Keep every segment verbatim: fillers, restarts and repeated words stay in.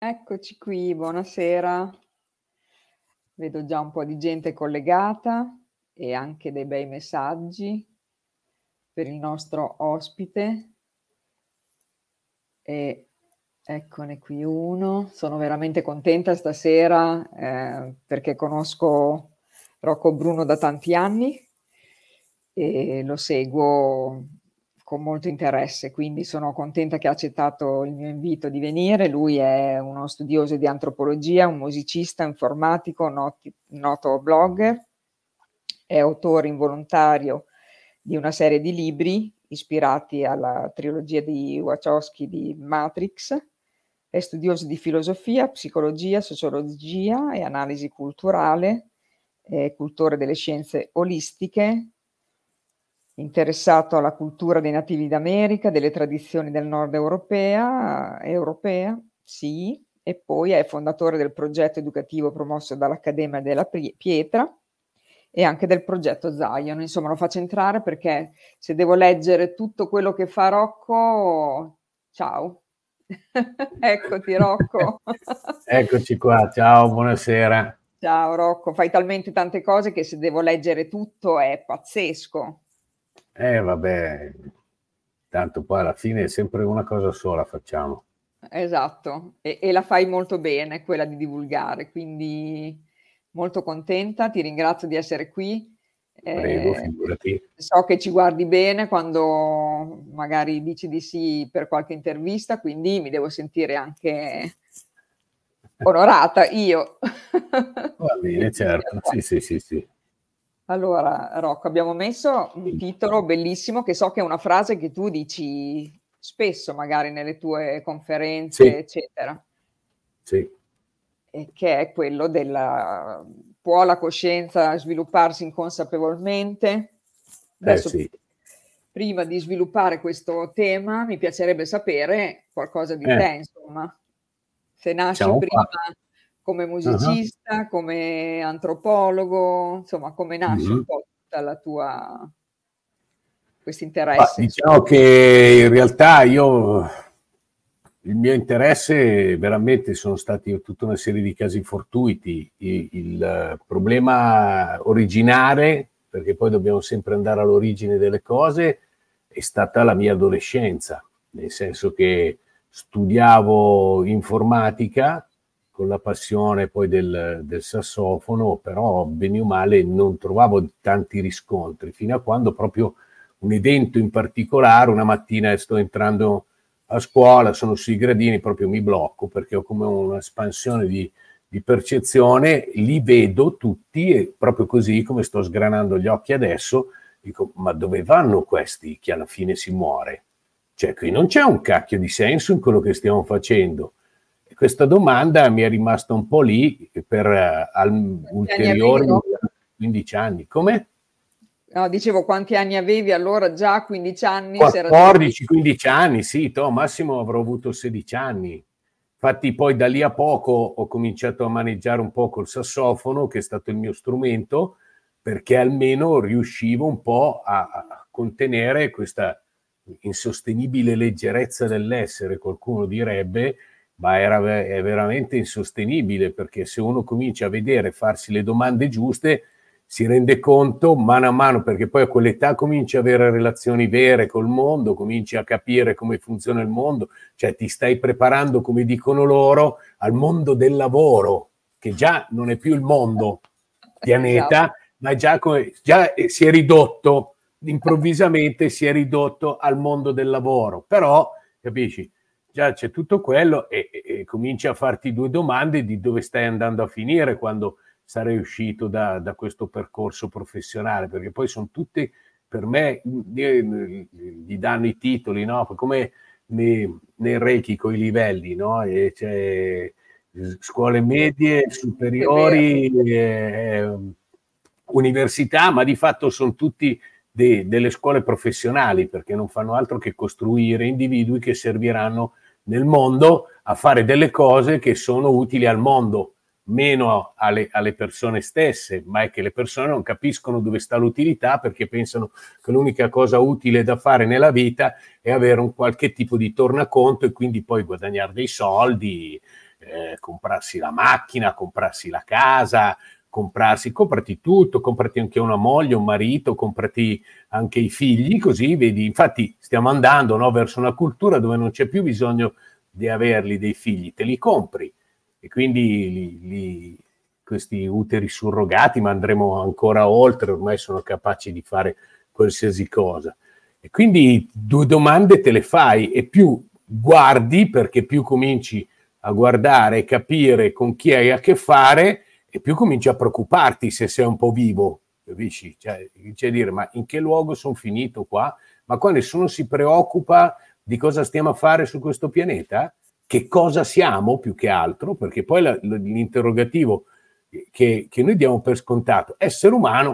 Eccoci qui, buonasera. Vedo già un po' di gente collegata e anche dei bei messaggi per il nostro ospite. E eccone qui uno. Sono veramente contenta stasera eh, perché conosco Rocco Bruno da tanti anni e lo seguo con molto interesse, quindi sono contenta che ha accettato il mio invito di venire. Lui è uno studioso di antropologia, un musicista, informatico, noti- noto blogger, è autore involontario di una serie di libri ispirati alla trilogia di Wachowski di Matrix, è studioso di filosofia, psicologia, sociologia e analisi culturale, è cultore delle scienze olistiche, interessato alla cultura dei nativi d'America, delle tradizioni del nord europea, europea, sì, e poi è fondatore del progetto educativo promosso dall'Accademia della Pietra e anche del progetto Zion. Insomma, lo faccio entrare perché se devo leggere tutto quello che fa Rocco, ciao. Eccoti Rocco. Eccoci qua, ciao, buonasera. Ciao Rocco, fai talmente tante cose che se devo leggere tutto è pazzesco. Eh vabbè, tanto poi alla fine è sempre una cosa sola facciamo. Esatto, e, e la fai molto bene, quella di divulgare, quindi molto contenta, ti ringrazio di essere qui. Prego, Eh, figurati. so che ci guardi bene quando magari dici di sì per qualche intervista, quindi mi devo sentire anche onorata io. Va di bene, venire certo, qua. sì, sì, sì, sì. Allora, Rocco, abbiamo messo un titolo bellissimo che so che è una frase che tu dici spesso, magari nelle tue conferenze, Sì, eccetera, sì, e che è quello della può la coscienza svilupparsi inconsapevolmente? eh Adesso, sì. prima di sviluppare questo tema, mi piacerebbe sapere qualcosa di Eh, te, insomma. Se nasci siamo prima qua. come Ah, musicista, come antropologo, insomma, come nasce un mhm. po' tutta la tua questo Ma interesse, diciamo insomma. che in realtà io, il mio interesse veramente sono stati tutta una serie di casi fortuiti. Il, il problema originale, perché poi dobbiamo sempre andare all'origine delle cose, è stata la mia adolescenza, nel senso che studiavo informatica con la passione poi del, del sassofono, però bene o male non trovavo tanti riscontri, fino a quando proprio un evento in particolare, una mattina sto entrando a scuola, sono sui gradini, proprio mi blocco perché ho come un'espansione di, di percezione, li vedo tutti e proprio così come sto sgranando gli occhi adesso, dico, ma dove vanno questi che alla fine si muore? Cioè, qui non c'è un cacchio di senso in quello che stiamo facendo. E questa domanda mi è rimasta un po' lì per uh, al, Quanti anni avevi, ulteriori Rocco? quindici anni. Come? No, dicevo quanti anni avevi allora già, quindici anni, se era già quattordici quindici anni, sì, to, massimo avrò avuto sedici anni. Infatti poi da lì a poco ho cominciato a maneggiare un po' col sassofono, che è stato il mio strumento, perché almeno riuscivo un po' a, a contenere questa insostenibile leggerezza dell'essere, qualcuno direbbe, ma era, è veramente insostenibile, perché se uno comincia a vedere, farsi le domande giuste, si rende conto mano a mano, perché poi a quell'età cominci a avere relazioni vere col mondo, cominci a capire come funziona il mondo, cioè ti stai preparando, come dicono loro, al mondo del lavoro, che già non è più il mondo esatto. pianeta, ma già, come, già si è ridotto, improvvisamente si è ridotto al mondo del lavoro, però, capisci, già c'è tutto quello e, e, e cominci a farti due domande di dove stai andando a finire quando sarei uscito da, da questo percorso professionale, perché poi sono tutte, per me, gli danno i titoli, no? Come nei, nei Reiki con i livelli, no? E c'è scuole medie, È vero. superiori, eh, università, ma di fatto sono tutti de, delle scuole professionali, perché non fanno altro che costruire individui che serviranno nel mondo a fare delle cose che sono utili al mondo, meno alle, alle persone stesse, ma è che le persone non capiscono dove sta l'utilità, perché pensano che l'unica cosa utile da fare nella vita è avere un qualche tipo di tornaconto e quindi poi guadagnare dei soldi. eh, comprarsi la macchina, comprarsi la casa, comprarsi, comprati tutto, comprati anche una moglie, un marito, comprati anche i figli, così vedi. Infatti stiamo andando, no, verso una cultura dove non c'è più bisogno di averli dei figli, te li compri, e quindi li, li, questi uteri surrogati, ma andremo ancora oltre, ormai sono capaci di fare qualsiasi cosa. E quindi due domande te le fai, e più guardi, perché più cominci a guardare e capire con chi hai a che fare, e più cominci a preoccuparti se sei un po' vivo, capisci? Cioè, cioè dire, ma in che luogo sono finito qua? Ma qua nessuno si preoccupa di cosa stiamo a fare su questo pianeta? Che cosa siamo più che altro? Perché poi la, l'interrogativo che, che noi diamo per scontato, essere umano,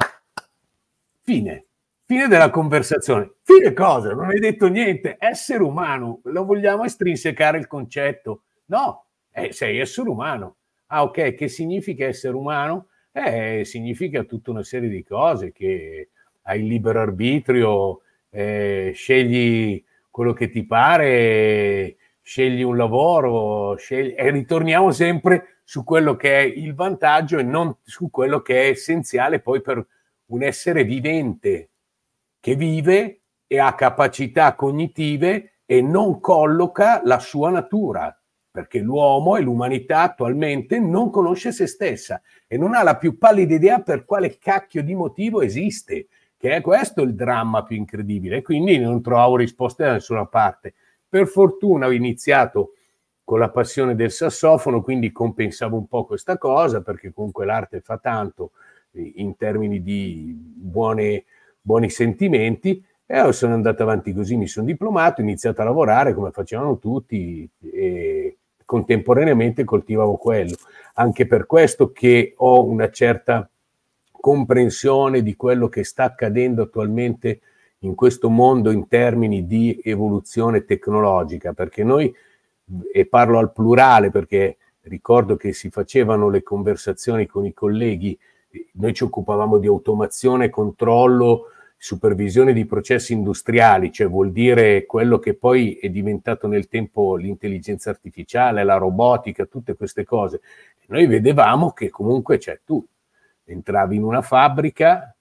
fine. Fine della conversazione. Fine cosa? Non hai detto niente. Essere umano, lo vogliamo estrinsecare il concetto? No, eh, sei essere umano. Ah, ok, che significa essere umano? Eh, significa tutta una serie di cose, che hai il libero arbitrio, eh, scegli quello che ti pare, scegli un lavoro, scegli, e ritorniamo sempre su quello che è il vantaggio e non su quello che è essenziale poi per un essere vivente, che vive e ha capacità cognitive e non colloca la sua natura, perché l'uomo e l'umanità attualmente non conosce se stessa e non ha la più pallida idea per quale cacchio di motivo esiste, che è questo il dramma più incredibile, e quindi non trovo risposte da nessuna parte. Per fortuna ho iniziato con la passione del sassofono, quindi compensavo un po' questa cosa, perché comunque l'arte fa tanto in termini di buone, buoni sentimenti, e sono andato avanti così, mi sono diplomato, ho iniziato a lavorare come facevano tutti e contemporaneamente coltivavo quello. Anche per questo che ho una certa comprensione di quello che sta accadendo attualmente in questo mondo in termini di evoluzione tecnologica, perché noi, e parlo al plurale perché ricordo che si facevano le conversazioni con i colleghi, noi ci occupavamo di automazione, controllo, supervisione di processi industriali, cioè vuol dire quello che poi è diventato nel tempo l'intelligenza artificiale, la robotica, tutte queste cose. Noi vedevamo che comunque, cioè, tu entravi in una fabbrica,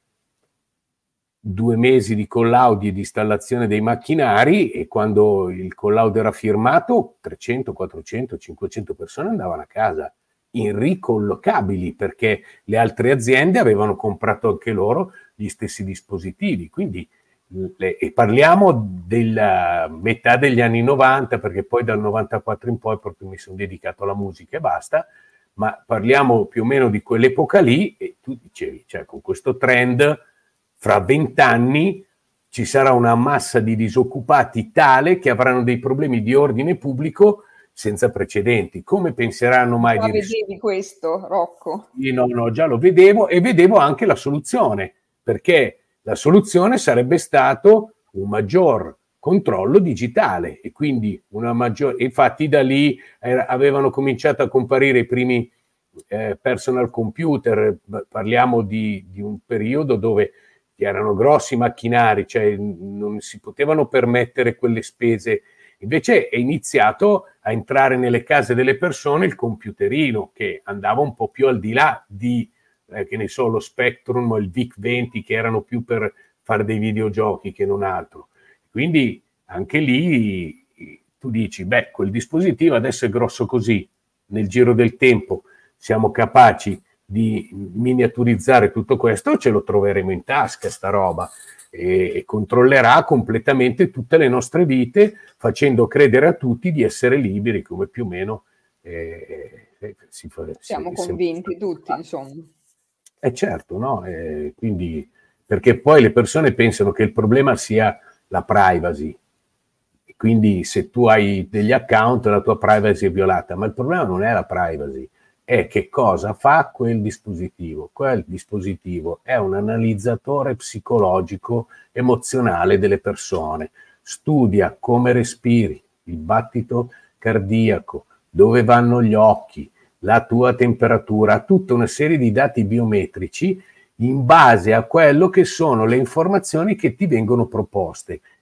due mesi di collaudi e di installazione dei macchinari, e quando il collaudo era firmato trecento, quattrocento, cinquecento persone andavano a casa, irricollocabili, perché le altre aziende avevano comprato anche loro gli stessi dispositivi. Quindi le, e parliamo della metà degli anni novanta, perché poi dal novantaquattro in poi proprio mi sono dedicato alla musica e basta, ma parliamo più o meno di quell'epoca lì, e tu dicevi, cioè, con questo trend fra vent'anni ci sarà una massa di disoccupati tale che avranno dei problemi di ordine pubblico senza precedenti. Come penseranno mai già di risolvere? Vedevi questo, Rocco? Io no, no, già lo vedevo, e vedevo anche la soluzione, perché la soluzione sarebbe stato un maggior controllo digitale, e quindi una maggiore, infatti da lì era, avevano cominciato a comparire i primi eh, personal computer. Parliamo di, di un periodo dove erano grossi macchinari, cioè non si potevano permettere quelle spese. Invece è iniziato a entrare nelle case delle persone il computerino, che andava un po' più al di là di, eh, che ne so, lo Spectrum o il VIC venti, che erano più per fare dei videogiochi che non altro. Quindi anche lì tu dici, beh, quel dispositivo adesso è grosso così, nel giro del tempo siamo capaci di miniaturizzare tutto questo, ce lo troveremo in tasca sta roba, e, e controllerà completamente tutte le nostre vite, facendo credere a tutti di essere liberi, come più o meno eh, eh, si fa. Siamo si, convinti si tutti, insomma. Eh certo, no? Eh, quindi, perché poi le persone pensano che il problema sia la privacy, e quindi se tu hai degli account la tua privacy è violata, ma il problema non è la privacy, è che cosa fa quel dispositivo. Quel dispositivo è un analizzatore psicologico emozionale delle persone, studia come respiri, il battito cardiaco, dove vanno gli occhi, la tua temperatura, tutta una serie di dati biometrici in base a quello che sono le informazioni che ti vengono proposte.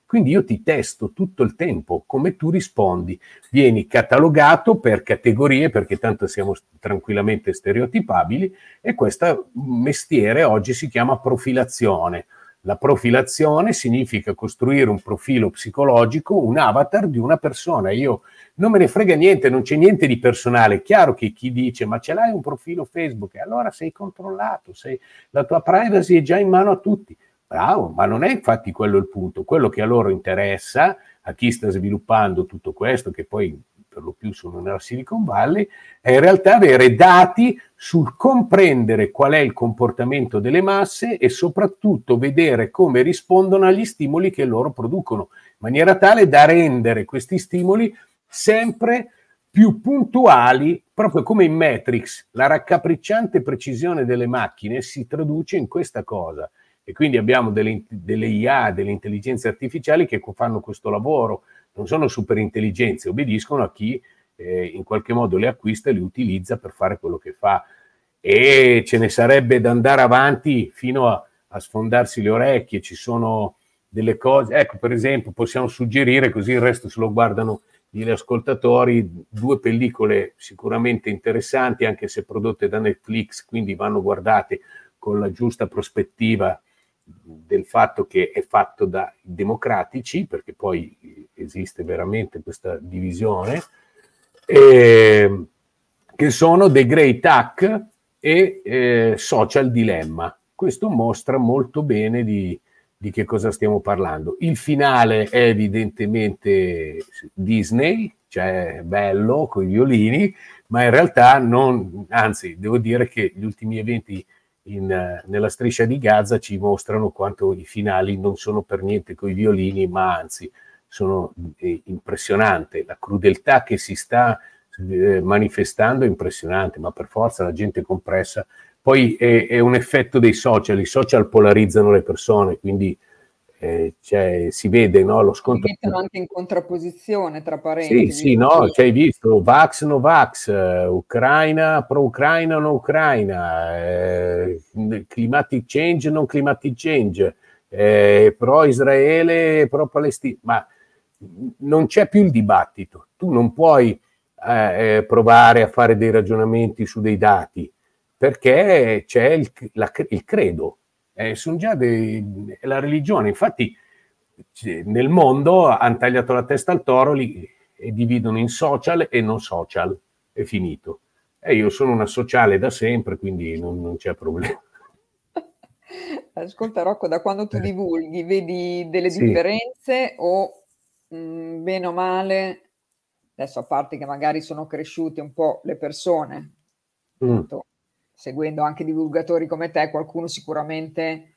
Quindi io ti testo tutto il tempo come tu rispondi, vieni catalogato per categorie perché tanto siamo tranquillamente stereotipabili, e questo mestiere oggi si chiama profilazione. La profilazione significa costruire un profilo psicologico, un avatar di una persona. Io non me ne frega niente, non c'è niente di personale. È chiaro che chi dice ma ce l'hai un profilo Facebook, e allora sei controllato, sei, la tua privacy è già in mano a tutti. Bravo, ma non è infatti quello il punto. Quello che a loro interessa, a chi sta sviluppando tutto questo, che poi per lo più sono nella Silicon Valley, è in realtà avere dati sul comprendere qual è il comportamento delle masse e soprattutto vedere come rispondono agli stimoli che loro producono, in maniera tale da rendere questi stimoli sempre più puntuali, proprio come in Matrix. La raccapricciante precisione delle macchine si traduce in questa cosa. E quindi abbiamo delle, delle I A, delle intelligenze artificiali che fanno questo lavoro. Non sono super intelligenze, obbediscono a chi eh, in qualche modo le acquista e le utilizza per fare quello che fa. E ce ne sarebbe da andare avanti fino a, a sfondarsi le orecchie. Ci sono delle cose, ecco, per esempio possiamo suggerire, così il resto se lo guardano gli ascoltatori, due pellicole sicuramente interessanti, anche se prodotte da Netflix, quindi vanno guardate con la giusta prospettiva del fatto che è fatto da democratici, perché poi esiste veramente questa divisione, eh, che sono The Great Hack e eh, Social Dilemma. Questo mostra molto bene di, di che cosa stiamo parlando. Il finale è evidentemente Disney, cioè bello con i violini, ma in realtà non, anzi devo dire che gli ultimi eventi In, nella striscia di Gaza ci mostrano quanto i finali non sono per niente coi violini, ma anzi sono eh, impressionante. La crudeltà che si sta eh, manifestando è impressionante, ma per forza la gente è compressa. Poi è, è un effetto dei social, i social polarizzano le persone, quindi eh, cioè, si vede, no, lo Si scontro. mettono anche in contrapposizione, tra Sì, parentesi. sì, no, ci hai visto, Vax no Vax, eh, Ucraina, pro-Ucraina no Ucraina, eh, climatic change non climatic change, eh, pro-Israele, pro-Palestina, ma non c'è più il dibattito. Tu non puoi eh, eh, provare a fare dei ragionamenti su dei dati, perché c'è il, la, il credo, eh, sono già dei, è la religione, infatti nel mondo hanno tagliato la testa al toro lì, e dividono in social e non social, è finito. E io sono una sociale da sempre, quindi non, non c'è problema. Ascolta Rocco, da quando tu divulghi, vedi delle Sì. differenze o mh, bene o male, adesso a parte che magari sono cresciute un po' le persone, Mm. appunto, seguendo anche divulgatori come te, qualcuno sicuramente,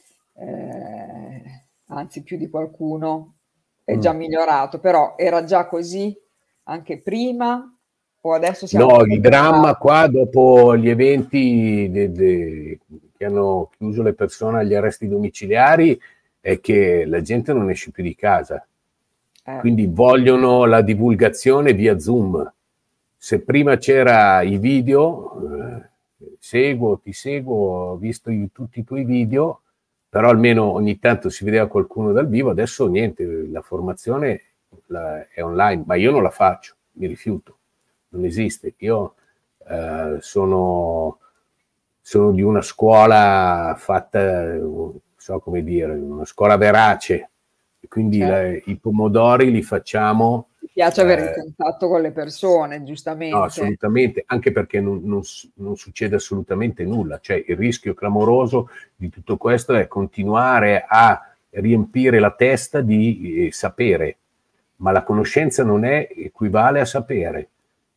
eh, anzi più di qualcuno, è già Mm. migliorato, però era già così anche prima o adesso siamo No, un po' il dramma portati? qua dopo gli eventi de, de, che hanno chiuso le persone agli arresti domiciliari è che la gente non esce più di casa. Eh, Quindi vogliono la divulgazione via Zoom. Se prima c'era i video, eh, seguo, ti seguo, ho visto io tutti i tuoi video, però almeno ogni tanto si vedeva qualcuno dal vivo, adesso niente, la formazione la, è online, ma io non la faccio, mi rifiuto, non esiste. Io eh, sono, sono di una scuola fatta, non so come dire, una scuola verace, quindi certo. la, i pomodori li facciamo. Mi piace avere il Eh, contatto con le persone, no, giustamente. assolutamente, anche perché non, non, non succede assolutamente nulla, cioè il rischio clamoroso di tutto questo è continuare a riempire la testa di eh, sapere, ma la conoscenza non è equivale a sapere.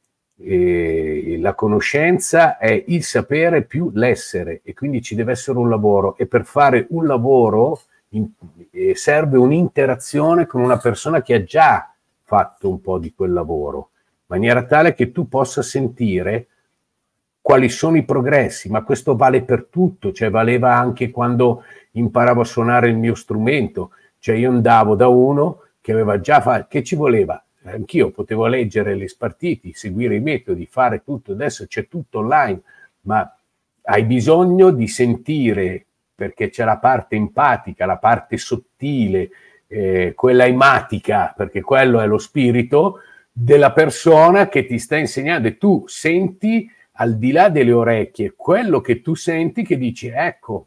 E la conoscenza è il sapere più l'essere, e quindi ci deve essere un lavoro, e per fare un lavoro in, eh, serve un'interazione con una persona che ha già fatto un po' di quel lavoro, in maniera tale che tu possa sentire quali sono i progressi. Ma questo vale per tutto, cioè valeva anche quando imparavo a suonare il mio strumento, cioè io andavo da uno che aveva già fatto, che ci voleva, anch'io potevo leggere le spartiti, seguire i metodi, fare tutto, adesso c'è tutto online, ma hai bisogno di sentire, perché c'è la parte empatica, la parte sottile eh, quella ematica, perché quello è lo spirito della persona che ti sta insegnando, e tu senti al di là delle orecchie quello che tu senti, che dici ecco,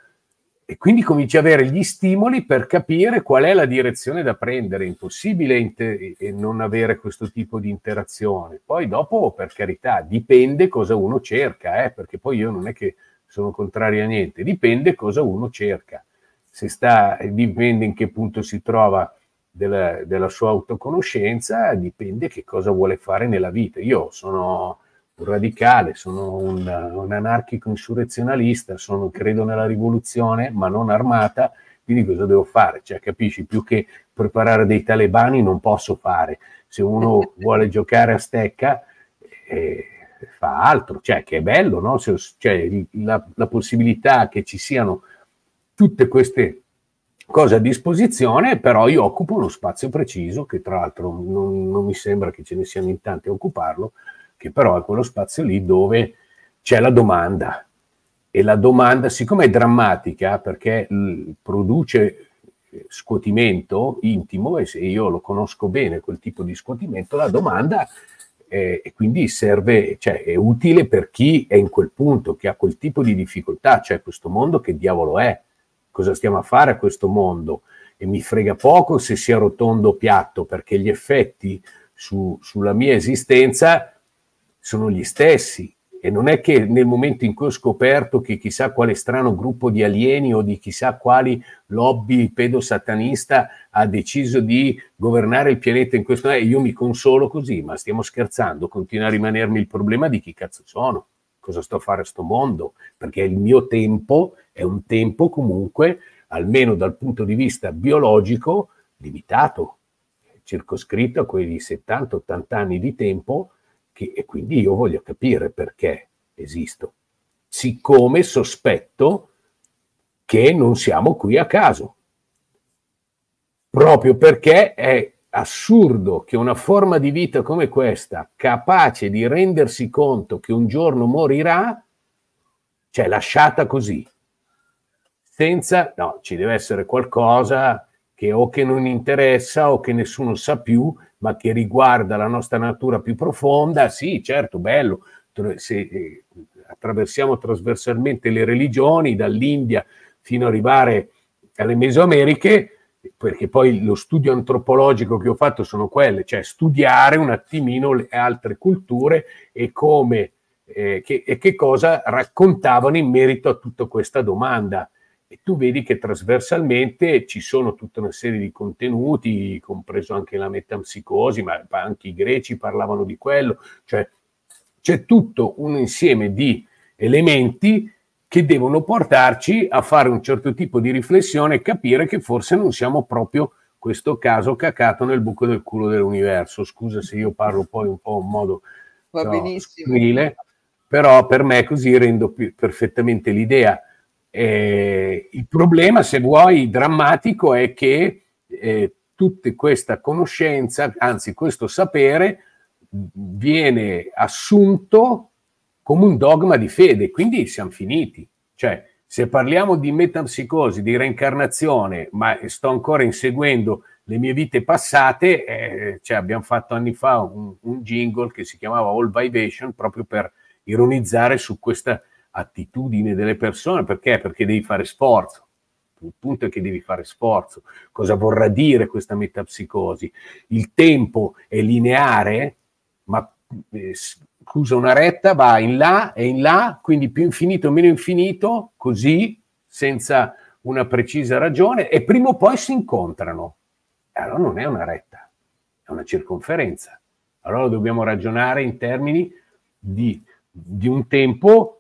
e quindi cominci ad avere gli stimoli per capire qual è la direzione da prendere. È impossibile inter- non avere questo tipo di interazione. Poi dopo, per carità, dipende cosa uno cerca, eh, perché poi io non è che sono contrario a niente, dipende cosa uno cerca. Se sta, dipende in che punto si trova della, della sua autoconoscenza, dipende che cosa vuole fare nella vita. Io sono un radicale, sono un, un anarchico insurrezionalista, sono, credo nella rivoluzione, ma non armata, quindi cosa devo fare? Cioè, capisci, più che preparare dei talebani non posso fare. Se uno vuole giocare a stecca, eh, fa altro, cioè che è bello, no? Se, cioè, la, la possibilità che ci siano tutte queste cose a disposizione, però io occupo uno spazio preciso, che tra l'altro non, non mi sembra che ce ne siano in tanti a occuparlo, che però è quello spazio lì dove c'è la domanda. E la domanda, siccome è drammatica, perché produce scuotimento intimo, e se io lo conosco bene quel tipo di scuotimento, la domanda eh, e quindi serve, cioè è utile per chi è in quel punto, che ha quel tipo di difficoltà, cioè questo mondo che diavolo è? Cosa stiamo a fare a questo mondo? E mi frega poco se sia rotondo o piatto, perché gli effetti su, sulla mia esistenza sono gli stessi. E non è che nel momento in cui ho scoperto che chissà quale strano gruppo di alieni o di chissà quali lobby pedosatanista ha deciso di governare il pianeta in questo modo, io mi consolo così, ma stiamo scherzando, continua a rimanermi il problema di chi cazzo sono, cosa sto a fare a sto mondo, perché il mio tempo è un tempo comunque, almeno dal punto di vista biologico, limitato, circoscritto a quei settanta ottanta anni di tempo. Che, e quindi io voglio capire perché esisto, siccome sospetto che non siamo qui a caso, proprio perché è assurdo che una forma di vita come questa, capace di rendersi conto che un giorno morirà, cioè lasciata così, senza, no, ci deve essere qualcosa che o che non interessa o che nessuno sa più, ma che riguarda la nostra natura più profonda. Sì, certo, bello, se eh, attraversiamo trasversalmente le religioni, dall'India fino ad arrivare alle Mesoameriche, perché poi lo studio antropologico che ho fatto sono quelle, cioè studiare un attimino le altre culture e come eh, che, e che cosa raccontavano in merito a tutta questa domanda. E tu vedi che trasversalmente ci sono tutta una serie di contenuti, compreso anche la metempsicosi, ma anche i greci parlavano di quello, cioè c'è tutto un insieme di elementi che devono portarci a fare un certo tipo di riflessione e capire che forse non siamo proprio questo caso cacato nel buco del culo dell'universo. Scusa se io parlo poi un po' in modo Va no, benissimo. scurrile, però per me così rendo più, perfettamente l'idea. Eh, il problema, se vuoi, drammatico è che eh, tutta questa conoscenza, anzi questo sapere, viene assunto come un dogma di fede, quindi siamo finiti. Cioè, se parliamo di metempsicosi, di reincarnazione, ma sto ancora inseguendo le mie vite passate, eh, cioè abbiamo fatto anni fa un, un jingle che si chiamava All Vibration proprio per ironizzare su questa attitudine delle persone. Perché? Perché devi fare sforzo. Il punto è che devi fare sforzo. Cosa vorrà dire questa metapsicosi? Il tempo è lineare, ma eh, scusa, una retta va in là e in là, quindi più infinito o meno infinito, così, senza una precisa ragione, e prima o poi si incontrano. E allora non è una retta, è una circonferenza. Allora dobbiamo ragionare in termini di, di un tempo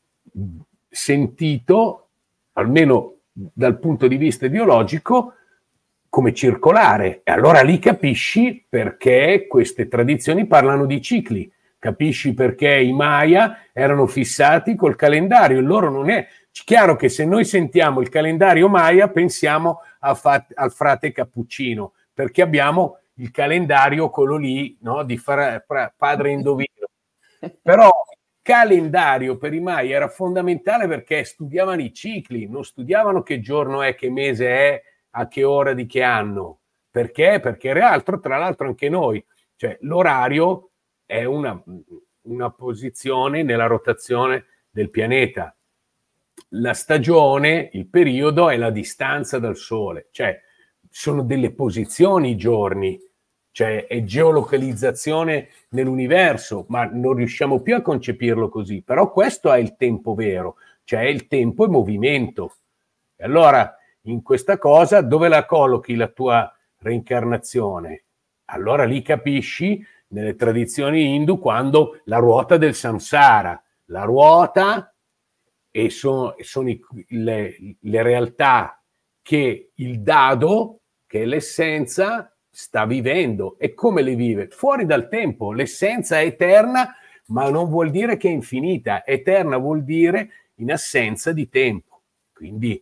sentito, almeno dal punto di vista ideologico, come circolare. E allora lì capisci perché queste tradizioni parlano di cicli, capisci perché i Maya erano fissati col calendario. Loro non è chiaro che se noi sentiamo il calendario Maya pensiamo a fat, al frate Cappuccino, perché abbiamo il calendario quello lì, no, di far, padre Indovino. Però il calendario per i Maya era fondamentale perché studiavano i cicli, non studiavano che giorno è, che mese è, a che ora di che anno. Perché? Perché era altro, tra l'altro anche noi, cioè l'orario è una, una posizione nella rotazione del pianeta. La stagione, il periodo è la distanza dal Sole, cioè sono delle posizioni i giorni, cioè è geolocalizzazione nell'universo, ma non riusciamo più a concepirlo così. Però questo è il tempo vero, cioè il tempo è movimento. E allora in questa cosa dove la collochi la tua reincarnazione? Allora lì capisci nelle tradizioni hindu quando la ruota del samsara, la ruota e sono, sono i, le, le realtà che il dado, che è l'essenza, sta vivendo. E come le vive? Fuori dal tempo. L'essenza è eterna, ma non vuol dire che è infinita. Eterna vuol dire in assenza di tempo. Quindi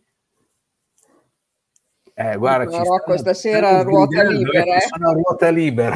eh, guarda, Dicono, ci Rocco, stiamo, stasera stiamo ruota sgridando, libera, eh, eh? sono a ruota libera.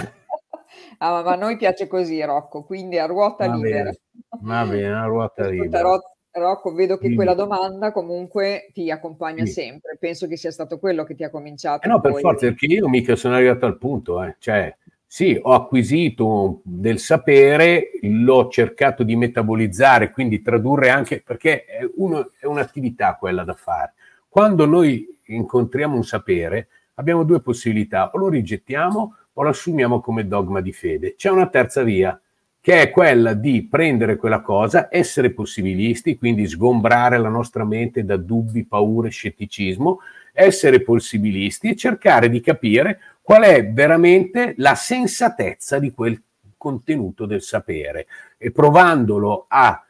Ah, ma a noi piace così, Rocco, quindi a ruota Va libera. bene, va bene, a ruota Ascolta, libera. Ro- Rocco, vedo che Dimmi. quella domanda comunque ti accompagna Sì. sempre. Penso che sia stato quello che ti ha Eh cominciato no, per poi. forza, perché io mica sono arrivato al punto, eh. Cioè, sì, ho acquisito del sapere, l'ho cercato di metabolizzare, quindi tradurre anche, perché è, uno, è un'attività quella da fare. Quando noi incontriamo un sapere, abbiamo due possibilità, o lo rigettiamo o lo assumiamo come dogma di fede. C'è una terza via, che è quella di prendere quella cosa, essere possibilisti, quindi sgombrare la nostra mente da dubbi, paure, scetticismo, essere possibilisti e cercare di capire qual è veramente la sensatezza di quel contenuto del sapere e provandolo a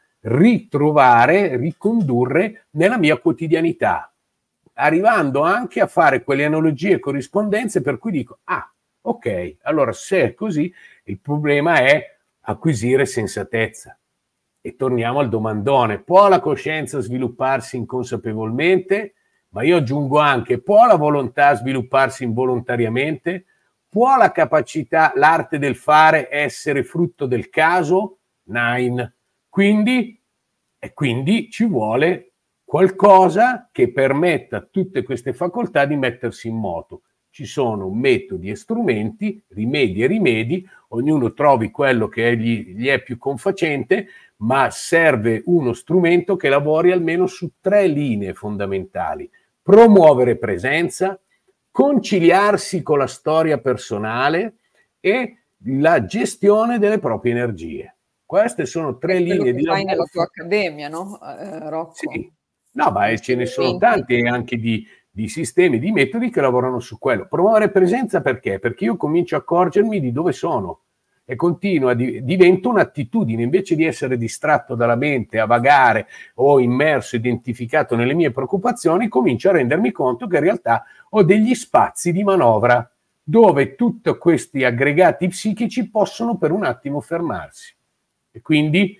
ritrovare, ricondurre nella mia quotidianità, arrivando anche a fare quelle analogie e corrispondenze per cui dico, ah, ok, allora se è così, il problema è acquisire sensatezza. E torniamo al domandone, può la coscienza svilupparsi inconsapevolmente? Ma io aggiungo anche, può la volontà svilupparsi involontariamente? Può la capacità, l'arte del fare essere frutto del caso? Nine. Quindi, e quindi ci vuole qualcosa che permetta a tutte queste facoltà di mettersi in moto. Ci sono metodi e strumenti, rimedi e rimedi, ognuno trovi quello che gli, gli è più confacente, ma serve uno strumento che lavori almeno su tre linee fondamentali. Promuovere presenza, conciliarsi con la storia personale e la gestione delle proprie energie. Queste sono tre È quello linee che di fai lavoro. nella tua accademia, no, eh, Rocco? Sì, no, ma ce ne sono tanti anche di, di sistemi, di metodi che lavorano su quello. Promuovere presenza perché? Perché io comincio a accorgermi di dove sono e continua, diventa un'attitudine, invece di essere distratto dalla mente, a vagare o immerso, identificato nelle mie preoccupazioni, comincio a rendermi conto che in realtà ho degli spazi di manovra dove tutti questi aggregati psichici possono per un attimo fermarsi. E quindi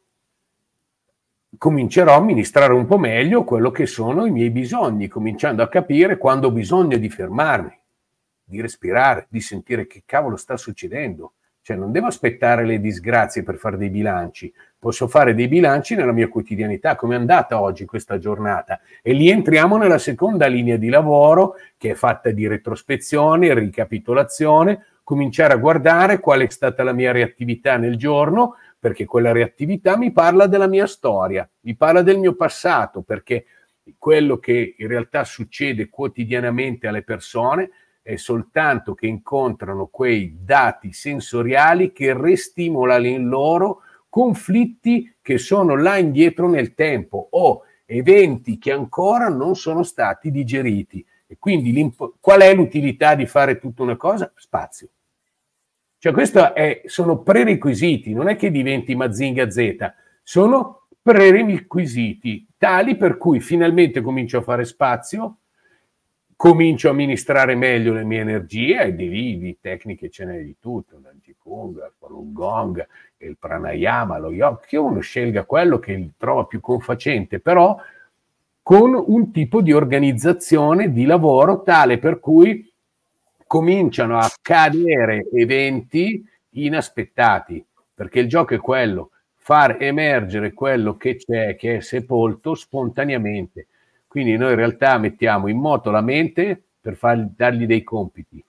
comincerò a amministrare un po' meglio quello che sono i miei bisogni, cominciando a capire quando ho bisogno di fermarmi, di respirare, di sentire che cavolo sta succedendo. Cioè non devo aspettare le disgrazie per fare dei bilanci, posso fare dei bilanci nella mia quotidianità, come è andata oggi questa giornata. E lì entriamo nella seconda linea di lavoro, che è fatta di retrospezione, ricapitolazione, cominciare a guardare qual è stata la mia reattività nel giorno, perché quella reattività mi parla della mia storia, mi parla del mio passato, perché quello che in realtà succede quotidianamente alle persone è soltanto che incontrano quei dati sensoriali che ristimolano in loro conflitti che sono là indietro nel tempo o eventi che ancora non sono stati digeriti. E quindi qual è l'utilità di fare tutta una cosa? Spazio. Cioè questi sono prerequisiti, non è che diventi Mazinga Z, sono prerequisiti tali per cui finalmente comincio a fare spazio, comincio a amministrare meglio le mie energie e di lì di tecniche ce n'è di tutto, dal Qigong, il Falun Gong, il Pranayama, lo Yoga, che uno scelga quello che trova più confacente, però con un tipo di organizzazione di lavoro tale per cui cominciano a accadere eventi inaspettati, perché il gioco è quello, far emergere quello che c'è, che è sepolto spontaneamente. Quindi noi in realtà mettiamo in moto la mente per far, dargli dei compiti.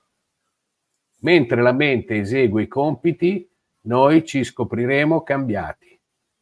Mentre la mente esegue i compiti, noi ci scopriremo cambiati.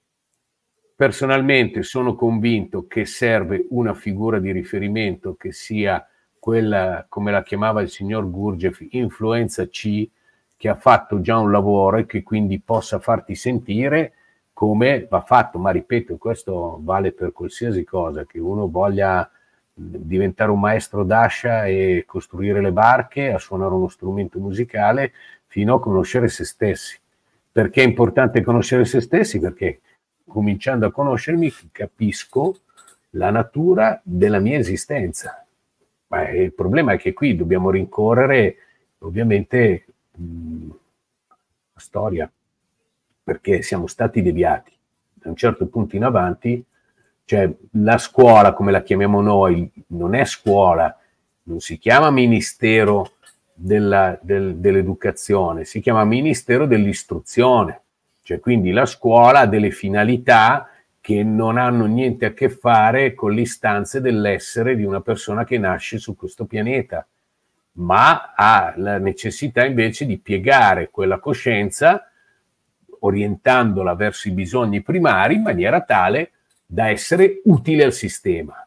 Personalmente sono convinto che serve una figura di riferimento che sia quella, come la chiamava il signor Gurdjieff, influenza C, che ha fatto già un lavoro e che quindi possa farti sentire come va fatto. Ma ripeto, questo vale per qualsiasi cosa, che uno voglia diventare un maestro d'ascia e costruire le barche, a suonare uno strumento musicale, fino a conoscere se stessi. Perché è importante conoscere se stessi? Perché cominciando a conoscermi capisco la natura della mia esistenza. Ma il problema è che qui dobbiamo rincorrere ovviamente mh, la storia, perché siamo stati deviati. Da un certo punto in avanti, cioè la scuola, come la chiamiamo noi, non è scuola, non si chiama Ministero della, del, dell'Educazione, si chiama Ministero dell'Istruzione. Cioè, quindi la scuola ha delle finalità che non hanno niente a che fare con le istanze dell'essere di una persona che nasce su questo pianeta, ma ha la necessità invece di piegare quella coscienza, orientandola verso i bisogni primari in maniera tale da essere utile al sistema.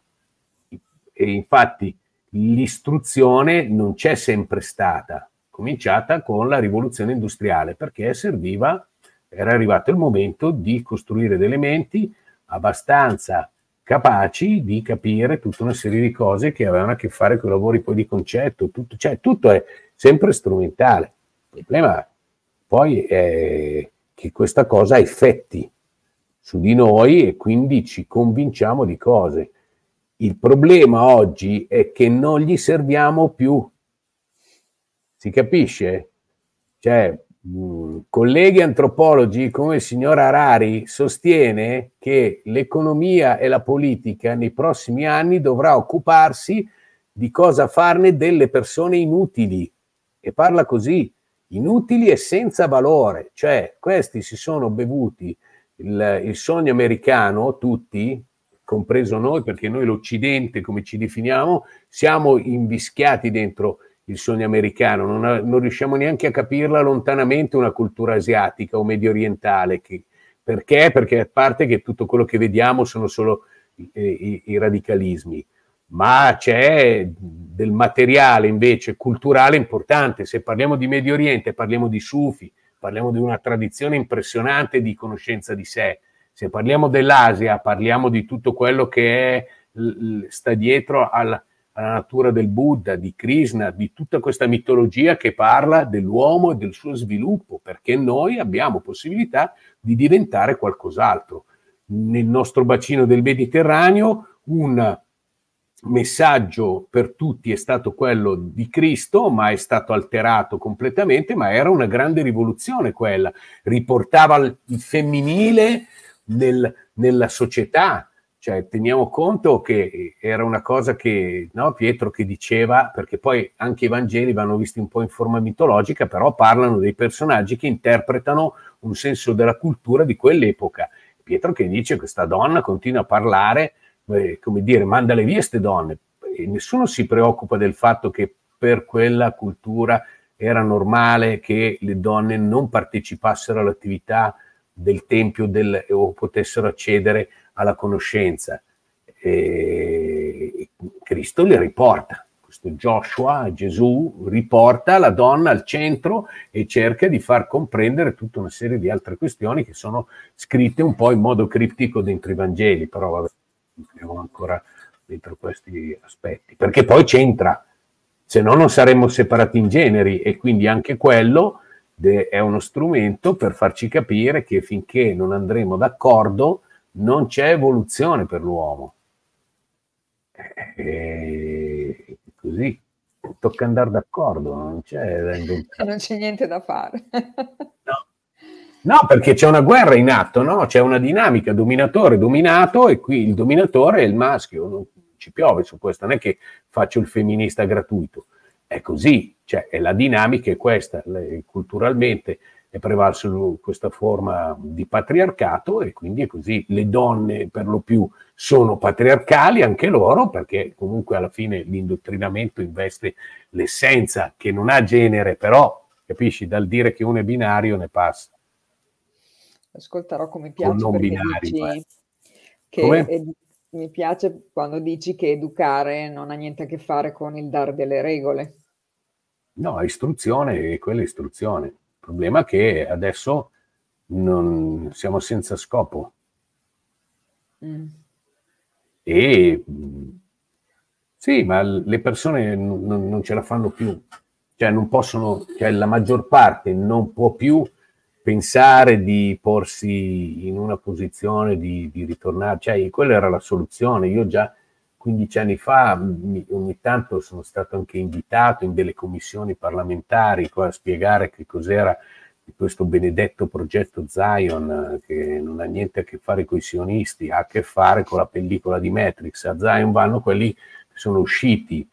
E infatti l'istruzione non c'è sempre stata, cominciata con la rivoluzione industriale, perché serviva, era arrivato il momento di costruire delle menti abbastanza capaci di capire tutta una serie di cose che avevano a che fare con i lavori poi di concetto, tutto, cioè tutto è sempre strumentale. Il problema poi è che questa cosa ha effetti su di noi e quindi ci convinciamo di cose. Il problema oggi è che non gli serviamo più. Si capisce? Cioè, mh, colleghi antropologi come il signor Harari sostiene che l'economia e la politica nei prossimi anni dovrà occuparsi di cosa farne delle persone inutili. E parla così, inutili e senza valore. Cioè, questi si sono bevuti il, il sogno americano, tutti, compreso noi, perché noi l'Occidente, come ci definiamo, siamo invischiati dentro il sogno americano, non, ha, non riusciamo neanche a capirla lontanamente una cultura asiatica o medio orientale. Che, perché? Perché a parte che tutto quello che vediamo sono solo i, i, i radicalismi, ma c'è del materiale invece culturale importante. Se parliamo di Medio Oriente parliamo di Sufi, parliamo di una tradizione impressionante di conoscenza di sé. Se parliamo dell'Asia, parliamo di tutto quello che è, sta dietro alla, alla natura del Buddha, di Krishna, di tutta questa mitologia che parla dell'uomo e del suo sviluppo, perché noi abbiamo possibilità di diventare qualcos'altro. Nel nostro bacino del Mediterraneo un messaggio per tutti è stato quello di Cristo, ma è stato alterato completamente, ma era una grande rivoluzione quella, riportava il femminile Nel, nella società, cioè teniamo conto che era una cosa che, no, Pietro che diceva, perché poi anche i Vangeli vanno visti un po' in forma mitologica, però parlano dei personaggi che interpretano un senso della cultura di quell'epoca. Pietro che dice: questa donna continua a parlare, eh, come dire, mandale via ste donne, e nessuno si preoccupa del fatto che per quella cultura era normale che le donne non partecipassero all'attività del tempio del, o potessero accedere alla conoscenza. E Cristo le riporta, questo Joshua, Gesù, riporta la donna al centro e cerca di far comprendere tutta una serie di altre questioni che sono scritte un po' in modo criptico dentro i Vangeli, però vabbè, siamo ancora dentro questi aspetti, perché poi c'entra, se no non saremmo separati in generi, e quindi anche quello è uno strumento per farci capire che finché non andremo d'accordo non c'è evoluzione per l'uomo. E così tocca andare d'accordo, non c'è da inventare. Non c'è niente da fare. No. No, perché c'è una guerra in atto, no? C'è una dinamica dominatore-dominato, e qui il dominatore è il maschio. Non ci piove su questo, non è che faccio il femminista gratuito. È così, cioè è la dinamica è questa, culturalmente è prevalso questa forma di patriarcato e quindi è così. Le donne per lo più sono patriarcali anche loro, perché comunque alla fine l'indottrinamento investe l'essenza che non ha genere, però capisci, dal dire che uno è binario ne passa. Ascolta Rocco, mi O piace non perché binario, dici eh. che Come? edu- mi piace quando dici che educare non ha niente a che fare con il dare delle regole. No, è istruzione e quella è istruzione. Il problema è che adesso non siamo senza scopo Mm. e mh, sì, ma l- le persone n- non non ce la fanno più, cioè non possono, cioè la maggior parte non può più pensare di porsi in una posizione di, di ritornare, cioè quella era la soluzione. Io già quindici anni fa mi- ogni tanto sono stato anche invitato in delle commissioni parlamentari qua a spiegare che cos'era questo benedetto progetto Zion, eh, che non ha niente a che fare con i sionisti, ha a che fare con la pellicola di Matrix. A Zion vanno quelli che sono usciti,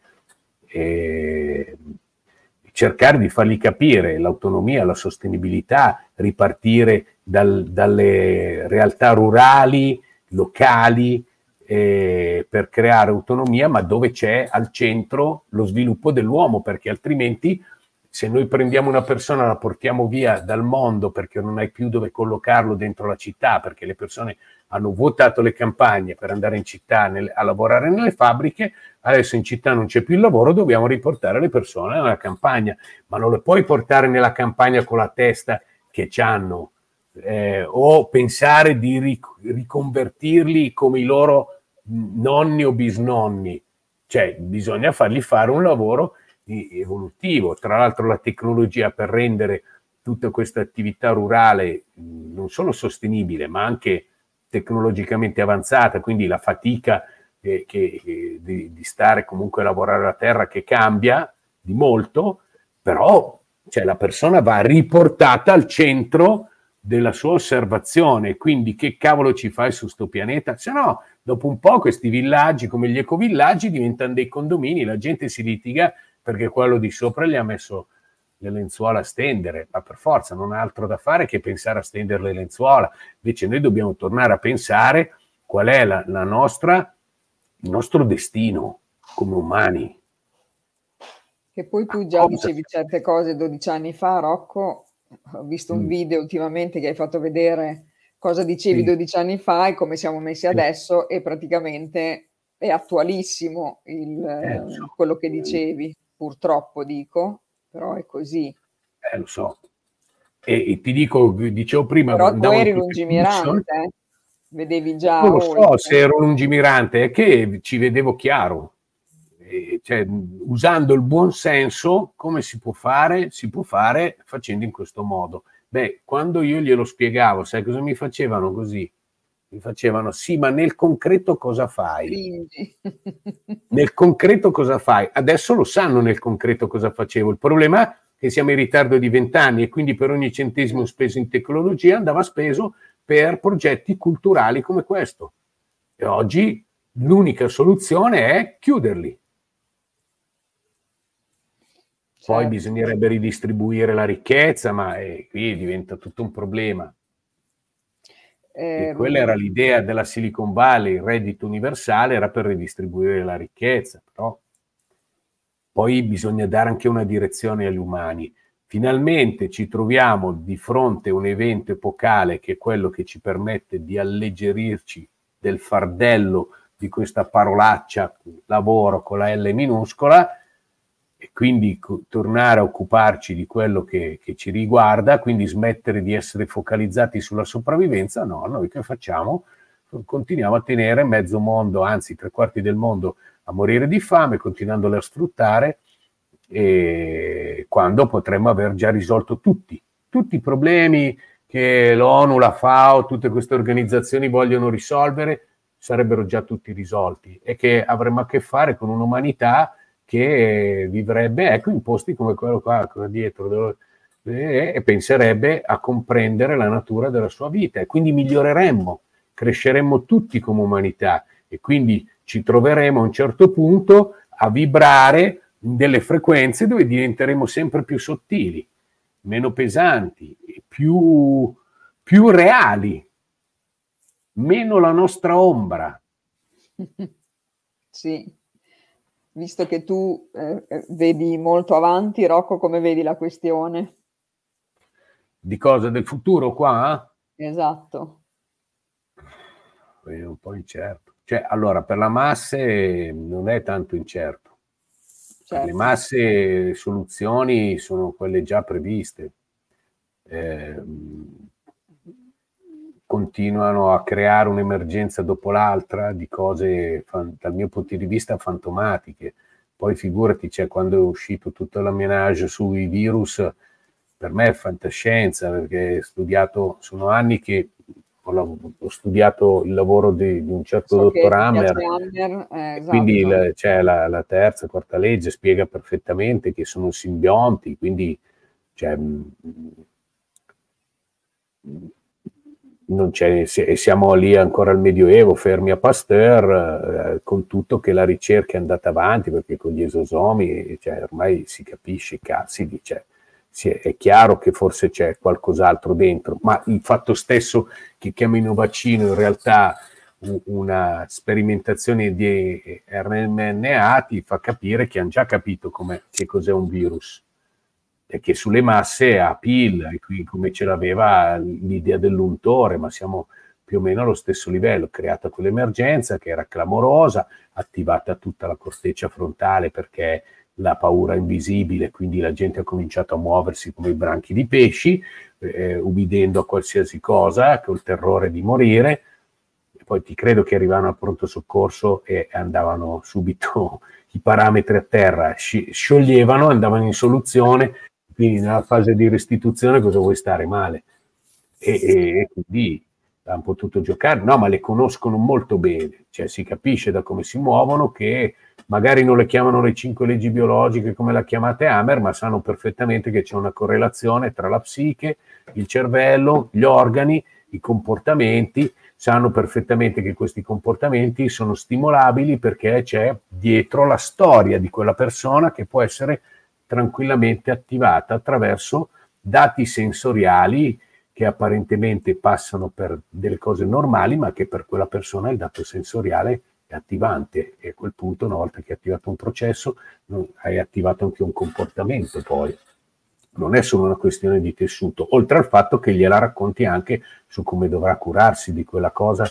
e cercare di fargli capire l'autonomia, la sostenibilità, ripartire dal, dalle realtà rurali, locali, eh, per creare autonomia, ma dove c'è al centro lo sviluppo dell'uomo, perché altrimenti se noi prendiamo una persona e la portiamo via dal mondo perché non hai più dove collocarlo dentro la città, perché le persone hanno vuotato le campagne per andare in città nel, a lavorare nelle fabbriche, adesso in città non c'è più il lavoro, dobbiamo riportare le persone nella campagna, ma non le puoi portare nella campagna con la testa che c'hanno, eh, o pensare di ric- riconvertirli come i loro nonni o bisnonni, cioè bisogna fargli fare un lavoro evolutivo. Tra l'altro la tecnologia per rendere tutta questa attività rurale non solo sostenibile, ma anche tecnologicamente avanzata, quindi la fatica eh, che, eh, di, di stare comunque a lavorare la terra che cambia di molto, però cioè, la persona va riportata al centro della sua osservazione, quindi che cavolo ci fai su sto pianeta? Se no, dopo un po' questi villaggi come gli ecovillaggi diventano dei condomini, la gente si litiga perché quello di sopra gli ha messo le lenzuola a stendere, ma per forza non ha altro da fare che pensare a stendere le lenzuola. Invece noi dobbiamo tornare a pensare qual è la, la nostra, il nostro destino come umani. Che poi tu A già cosa dicevi certe cose dodici anni fa, Rocco. Ho visto un Mm, video ultimamente che hai fatto vedere cosa dicevi sì, dodici anni fa e come siamo messi sì, adesso e praticamente è attualissimo il, eh, lo eh, so, quello che dicevi, purtroppo dico, però è così. eh, lo so. E, e ti dico, dicevo prima, Però tu andavo in eri queste commissioni, lungimirante, eh? Vedevi non già lo so oltre. se ero lungimirante, è che ci vedevo chiaro. E, cioè, usando il buon senso, come si può fare? Si può fare facendo in questo modo. Beh, quando io glielo spiegavo, sai cosa mi facevano così? Mi facevano, sì, ma nel concreto cosa fai? Stringi. Nel concreto cosa fai? Adesso lo sanno nel concreto cosa facevo. Il problema è che siamo in ritardo di vent'anni e quindi per ogni centesimo speso in tecnologia andava speso per progetti culturali come questo. E oggi l'unica soluzione è chiuderli. Poi Certo. bisognerebbe ridistribuire la ricchezza, ma eh, qui diventa tutto un problema. E quella era Ehm, l'idea della Silicon Valley, il reddito universale era per ridistribuire la ricchezza, però poi bisogna dare anche una direzione agli umani. Finalmente ci troviamo di fronte a un evento epocale che è quello che ci permette di alleggerirci del fardello di questa parolaccia lavoro con la L minuscola e quindi co- tornare a occuparci di quello che, che ci riguarda, quindi smettere di essere focalizzati sulla sopravvivenza. No, noi che facciamo? Continuiamo a tenere mezzo mondo, anzi tre quarti del mondo a morire di fame, continuandole a sfruttare, e quando potremmo aver già risolto tutti, tutti i problemi che l'ONU, la FAO, tutte queste organizzazioni vogliono risolvere, sarebbero già tutti risolti e che avremmo a che fare con un'umanità che vivrebbe, ecco, in posti come quello qua, qua dietro, dove, eh, e penserebbe a comprendere la natura della sua vita e quindi miglioreremmo, cresceremmo tutti come umanità e quindi ci troveremo a un certo punto a vibrare in delle frequenze dove diventeremo sempre più sottili meno pesanti, più, più reali, meno la nostra ombra. Sì, visto che tu eh, vedi molto avanti, Rocco, come vedi la questione? Di cosa? Del futuro qua? Esatto. È un po' incerto. Cioè, allora, per la masse non è tanto incerto. Per le Certo. masse le soluzioni sono quelle già previste. Eh, continuano a creare un'emergenza dopo l'altra di cose, dal mio punto di vista, fantomatiche. Poi figurati, cioè, quando è uscito tutta la menage sui virus, per me è fantascienza, perché ho studiato, sono anni che ho, ho studiato il lavoro di, di un certo So dottor che ti Hammer, piace Hammer, eh, esatto. Quindi la, cioè, la, la terza, quarta legge spiega perfettamente che sono simbionti, quindi cioè, non c'è, siamo lì ancora al Medioevo, fermi a Pasteur, eh, con tutto che la ricerca è andata avanti, perché con gli esosomi cioè, ormai si capisce, si dice, sì, è chiaro che forse c'è qualcos'altro dentro, ma il fatto stesso che chiamino vaccino in realtà una sperimentazione di erre enne a ti fa capire che hanno già capito che cos'è un virus, e che sulle masse ha PIL, e qui come ce l'aveva l'idea dell'untore, ma siamo più o meno allo stesso livello. Creata quell'emergenza che era clamorosa, attivata tutta la corteccia frontale perché la paura invisibile, quindi la gente ha cominciato a muoversi come i branchi di pesci, eh, ubbidendo a qualsiasi cosa, col terrore di morire. E poi ti credo che arrivavano al pronto soccorso e andavano subito i parametri a terra, scioglievano, andavano in soluzione, quindi nella fase di restituzione cosa vuoi stare male? E, e, e quindi hanno potuto giocare, no, ma le conoscono molto bene, cioè si capisce da come si muovono che magari non le chiamano le cinque leggi biologiche come la chiamate Hammer, ma sanno perfettamente che c'è una correlazione tra la psiche, il cervello, gli organi, i comportamenti, sanno perfettamente che questi comportamenti sono stimolabili perché c'è dietro la storia di quella persona che può essere tranquillamente attivata attraverso dati sensoriali che apparentemente passano per delle cose normali, ma che per quella persona il dato sensoriale è attivante, e a quel punto, una volta che hai attivato un processo, hai attivato anche un comportamento. Poi non è solo una questione di tessuto, oltre al fatto che gliela racconti anche su come dovrà curarsi di quella cosa.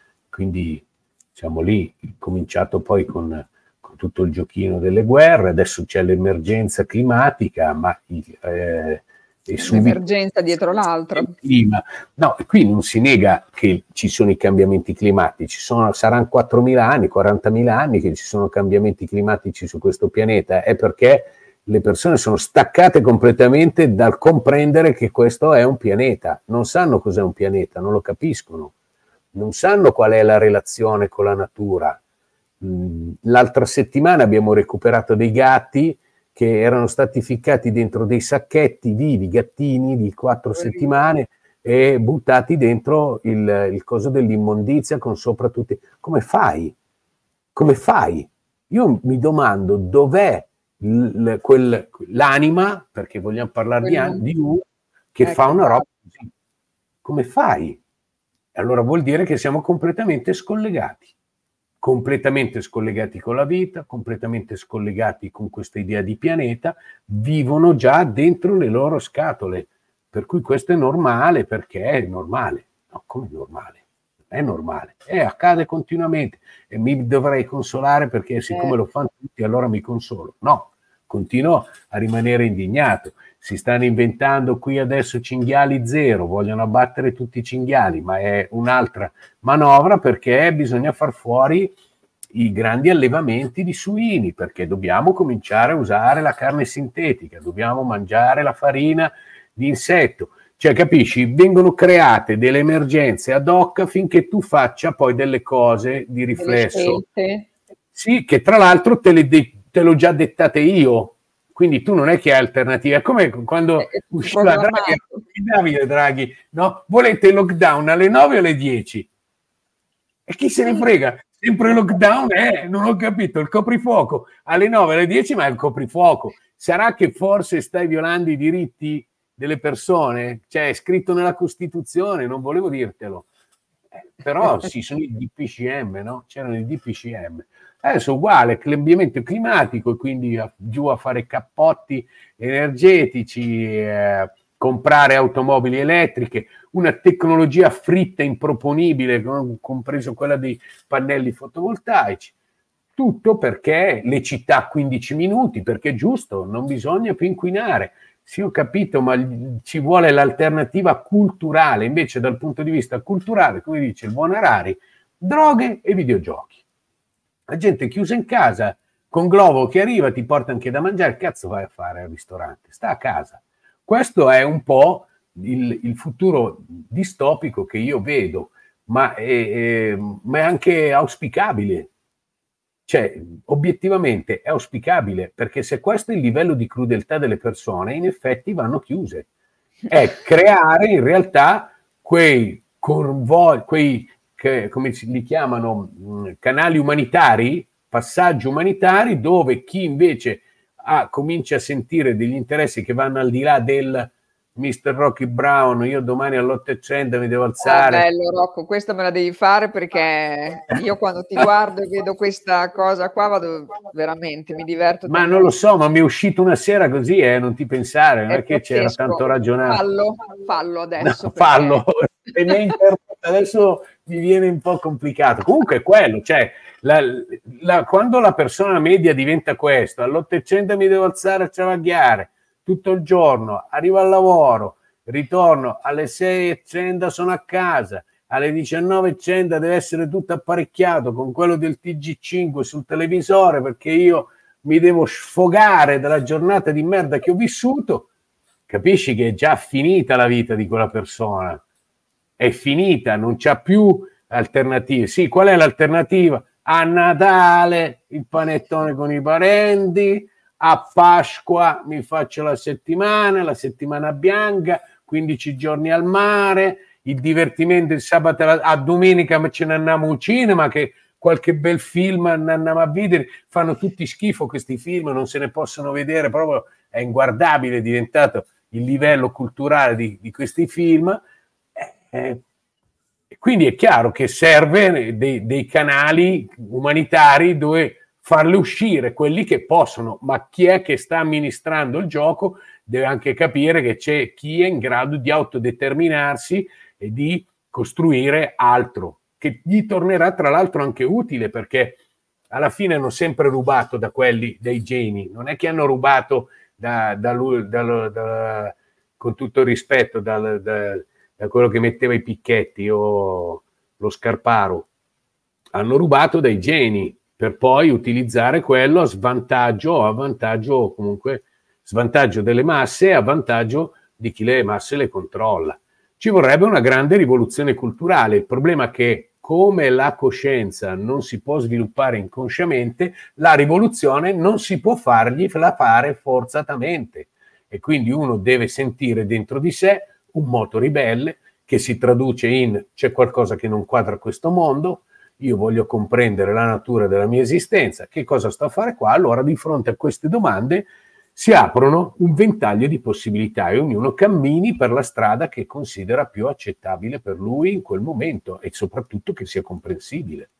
Quindi siamo lì, cominciato poi con, con tutto il giochino delle guerre, adesso c'è l'emergenza climatica, ma eh, l'emergenza dietro l'altra. No, qui non si nega che ci sono i cambiamenti climatici, sono, saranno quattromila anni, quarantamila anni che ci sono cambiamenti climatici su questo pianeta, è perché le persone sono staccate completamente dal comprendere che questo è un pianeta, non sanno cos'è un pianeta, non lo capiscono, non sanno qual è la relazione con la natura. L'altra settimana abbiamo recuperato dei gatti che erano stati ficcati dentro dei sacchetti vivi, gattini di quattro settimane, e buttati dentro il, il coso dell'immondizia con sopra tutti. Come fai? Come fai? Io mi domando dov'è l, quel, l'anima, perché vogliamo parlare di, di U, che ecco, fa una roba così. Come fai? Allora vuol dire che siamo completamente scollegati. completamente scollegati con la vita, completamente scollegati con questa idea di pianeta, vivono già dentro le loro scatole, per cui questo è normale, perché è normale. No, come normale? È normale, e accade continuamente, e mi dovrei consolare perché siccome lo fanno tutti allora mi consolo. No, continuo a rimanere indignato. Si stanno inventando qui adesso cinghiali zero, vogliono abbattere tutti i cinghiali, ma è un'altra manovra perché bisogna far fuori i grandi allevamenti di suini, perché dobbiamo cominciare a usare la carne sintetica, dobbiamo mangiare la farina di insetto. Cioè, capisci? Vengono create delle emergenze ad hoc finché tu faccia poi delle cose di riflesso. Sì, che tra l'altro te le de- te l'ho già dettate io. Quindi tu non è che hai alternative, è come quando eh, usciva Draghi, Davide Draghi, no? Volete il lockdown alle nove o alle dieci? E chi se ne frega? Sempre lockdown, eh? Non ho capito, il coprifuoco alle nove, alle dieci, ma è il coprifuoco. Sarà che forse stai violando i diritti delle persone, cioè è scritto nella Costituzione, non volevo dirtelo, eh, però sì, sono i D P C M, no? C'erano i D P C M. Adesso uguale, cambiamento climatico, e quindi a, giù a fare cappotti energetici, eh, comprare automobili elettriche, una tecnologia fritta improponibile, compreso quella dei pannelli fotovoltaici. Tutto perché le città a quindici minuti, perché è giusto, non bisogna più inquinare. Sì, ho capito, ma ci vuole l'alternativa culturale. Invece dal punto di vista culturale, come dice il buon Harari, droghe e videogiochi. La gente chiusa in casa, con Glovo che arriva, ti porta anche da mangiare, cazzo vai a fare al ristorante? Sta a casa. Questo è un po' il, il futuro distopico che io vedo, ma è, è, ma è anche auspicabile. Cioè, obiettivamente è auspicabile, perché se questo è il livello di crudeltà delle persone, in effetti vanno chiuse. È creare in realtà quei convogli, quei, che, come li chiamano, canali umanitari, passaggi umanitari, dove chi invece ha, comincia a sentire degli interessi che vanno al di là del mister Rocky Brown, io domani all'otto e cento mi devo alzare. Ah, bello Rocco, questa me la devi fare, perché io quando ti guardo e vedo questa cosa qua vado veramente, mi diverto Ma non lo tantissimo. so, ma mi è uscito una sera così, eh, non ti pensare, non è, È che c'era pazzesco. tanto ragionato. Fallo, fallo adesso. No, perché... fallo, adesso mi viene un po' complicato. Comunque è quello, cioè, la, la, quando la persona media diventa questo, all'ottocento mi devo alzare a ciabagliare tutto il giorno, arrivo al lavoro, ritorno alle sei e trenta, sono a casa, alle diciannove e trenta deve essere tutto apparecchiato con quello del T G cinque sul televisore, perché io mi devo sfogare dalla giornata di merda che ho vissuto. Capisci che è già finita la vita di quella persona, è finita, non c'ha più alternative. Sì, qual è l'alternativa? A Natale il panettone con i parenti, a Pasqua mi faccio la settimana, la settimana bianca, quindici giorni al mare, il divertimento il sabato, a domenica ce ne andiamo al cinema, che qualche bel film andiamo a vedere, fanno tutti schifo questi film, non se ne possono vedere, proprio è inguardabile, è diventato il livello culturale di, di questi film. Eh, quindi è chiaro che serve dei, dei canali umanitari dove farle uscire quelli che possono, ma chi è che sta amministrando il gioco deve anche capire che c'è chi è in grado di autodeterminarsi e di costruire altro, che gli tornerà tra l'altro anche utile, perché alla fine hanno sempre rubato da quelli, dai geni, non è che hanno rubato da, da lui, da, da, con tutto il rispetto da, da, da quello che metteva i picchetti o lo Scarparo, hanno rubato dai geni per poi utilizzare quello a svantaggio o a vantaggio, comunque svantaggio delle masse e a vantaggio di chi le masse le controlla. Ci vorrebbe una grande rivoluzione culturale. Il problema è che, come la coscienza non si può sviluppare inconsciamente, la rivoluzione non si può fargliela fare forzatamente, e quindi uno deve sentire dentro di sé un moto ribelle che si traduce in: c'è qualcosa che non quadra questo mondo, io voglio comprendere la natura della mia esistenza, che cosa sto a fare qua? Allora, di fronte a queste domande si aprono un ventaglio di possibilità e ognuno cammini per la strada che considera più accettabile per lui in quel momento, e soprattutto che sia comprensibile.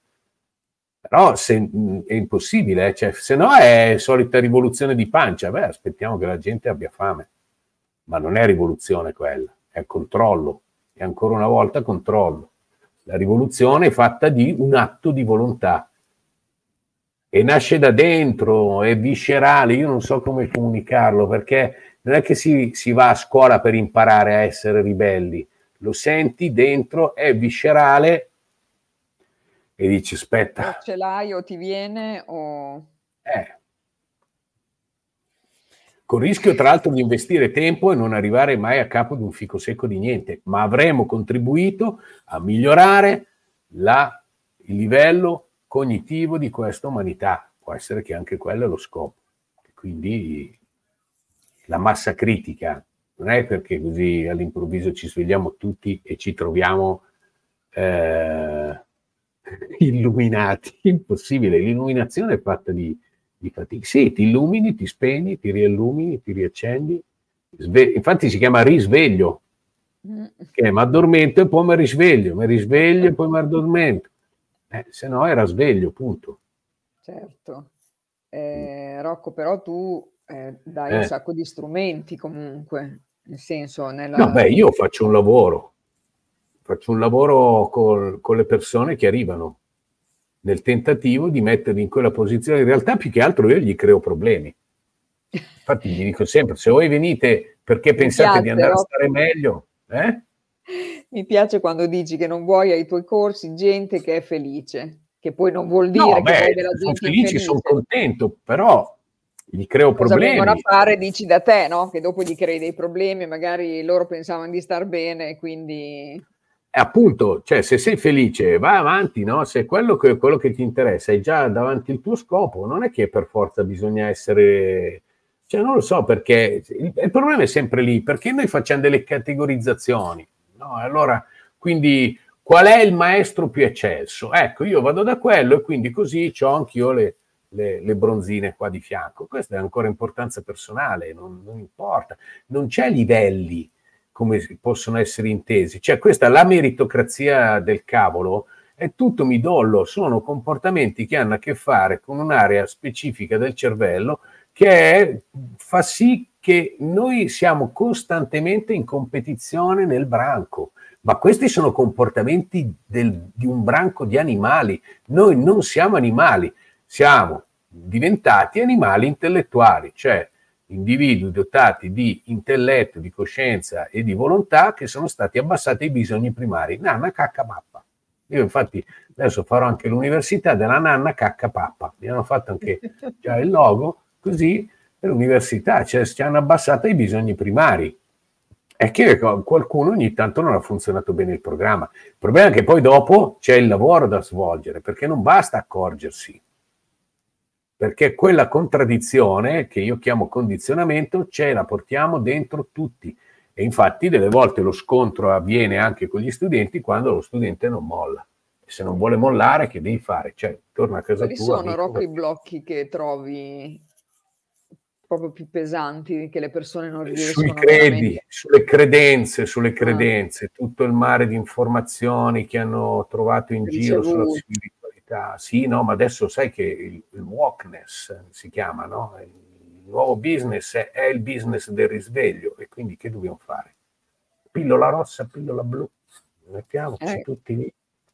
Però se, è impossibile, eh? Cioè, se no è solita rivoluzione di pancia. Beh, aspettiamo che la gente abbia fame, ma non è rivoluzione quella, è controllo, e ancora una volta controllo. La rivoluzione è fatta di un atto di volontà e nasce da dentro, è viscerale. Io non so come comunicarlo, perché non è che si, si va a scuola per imparare a essere ribelli, lo senti dentro, è viscerale e dici: aspetta, o ce l'hai o ti viene o... eh. Con rischio tra l'altro di investire tempo e non arrivare mai a capo di un fico secco di niente, ma avremo contribuito a migliorare la, il livello cognitivo di questa umanità. Può essere che anche quello è lo scopo. Quindi la massa critica non è perché così all'improvviso ci svegliamo tutti e ci troviamo eh, illuminati. Impossibile, l'illuminazione è fatta di di fatica. Sì, ti illumini, ti spegni, ti riillumini, ti riaccendi, Sve- infatti si chiama risveglio, Mm. che mi addormento e poi mi risveglio, mi risveglio e poi mi addormento. Eh, se no era sveglio, punto. Certo. Eh, Rocco, però tu eh, dai un Eh. sacco di strumenti comunque, nel senso, No, nella... beh, io faccio un lavoro, faccio un lavoro col- con le persone che arrivano, nel tentativo di metterli in quella posizione. In realtà, più che altro, io gli creo problemi. Infatti, gli dico sempre: se voi venite perché Mi pensate di piace, andare a Rocco. stare meglio, eh? Mi piace quando dici che non vuoi ai tuoi corsi gente che è felice, che poi non vuol No, dire che vuoi beh, della se sono gente felici, sono infelice. contento, però gli creo Cosa vengono a problemi. fare, dici da te, no? Che dopo gli crei dei problemi, magari loro pensavano di star bene, quindi... E appunto, cioè, se sei felice, vai avanti, no? Se quello che, quello che ti interessa è già davanti il tuo scopo, non è che per forza bisogna essere... Cioè, non lo so, perché il, il problema è sempre lì, perché noi facciamo delle categorizzazioni, no? Allora, quindi, qual è il maestro più eccelso? Ecco, io vado da quello e quindi così ho anch'io le, le, le bronzine qua di fianco. Questa è ancora importanza personale, non, non importa. Non c'è livelli come possono essere intesi. Cioè, questa, la meritocrazia del cavolo, è tutto midollo, sono comportamenti che hanno a che fare con un'area specifica del cervello che è, fa sì che noi siamo costantemente in competizione nel branco. Ma questi sono comportamenti del, di un branco di animali. Noi non siamo animali, siamo diventati animali intellettuali, cioè individui dotati di intelletto, di coscienza e di volontà che sono stati abbassati ai bisogni primari. Nanna cacca pappa. Io infatti adesso farò anche l'università della nanna cacca pappa. Mi hanno fatto anche già il logo così per l'università, cioè ci hanno abbassato ai bisogni primari. È che qualcuno ogni tanto non ha funzionato bene il programma. Il problema è che poi dopo c'è il lavoro da svolgere, perché non basta accorgersi. Perché quella contraddizione, che io chiamo condizionamento, ce la portiamo dentro tutti. E infatti delle volte lo scontro avviene anche con gli studenti quando lo studente non molla. E se non vuole mollare, che devi fare? Cioè, torna a casa Quali tua, sono, amico. Rocco, i Perché... blocchi che trovi proprio più pesanti, che le persone non Sui riescono credi, veramente sulle credenze, sulle a credenze, tutto il mare di informazioni che hanno trovato in giro sulla ricevere? spiritualità. Sì, no, ma adesso sai che il, il wokeness si chiama, no? Il nuovo business è, è il business del risveglio e quindi che dobbiamo fare? Pillola rossa, pillola blu, mettiamoci Eh, tutti lì.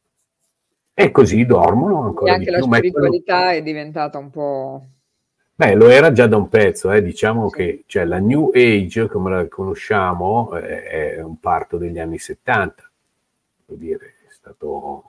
E così dormono quindi ancora di anche la più, ma è quello... spiritualità è diventata un po'... Beh, lo era già da un pezzo, eh. Diciamo Sì. che cioè, la New Age, come la conosciamo, eh, è un parto degli anni settanta. Vuol dire, è stato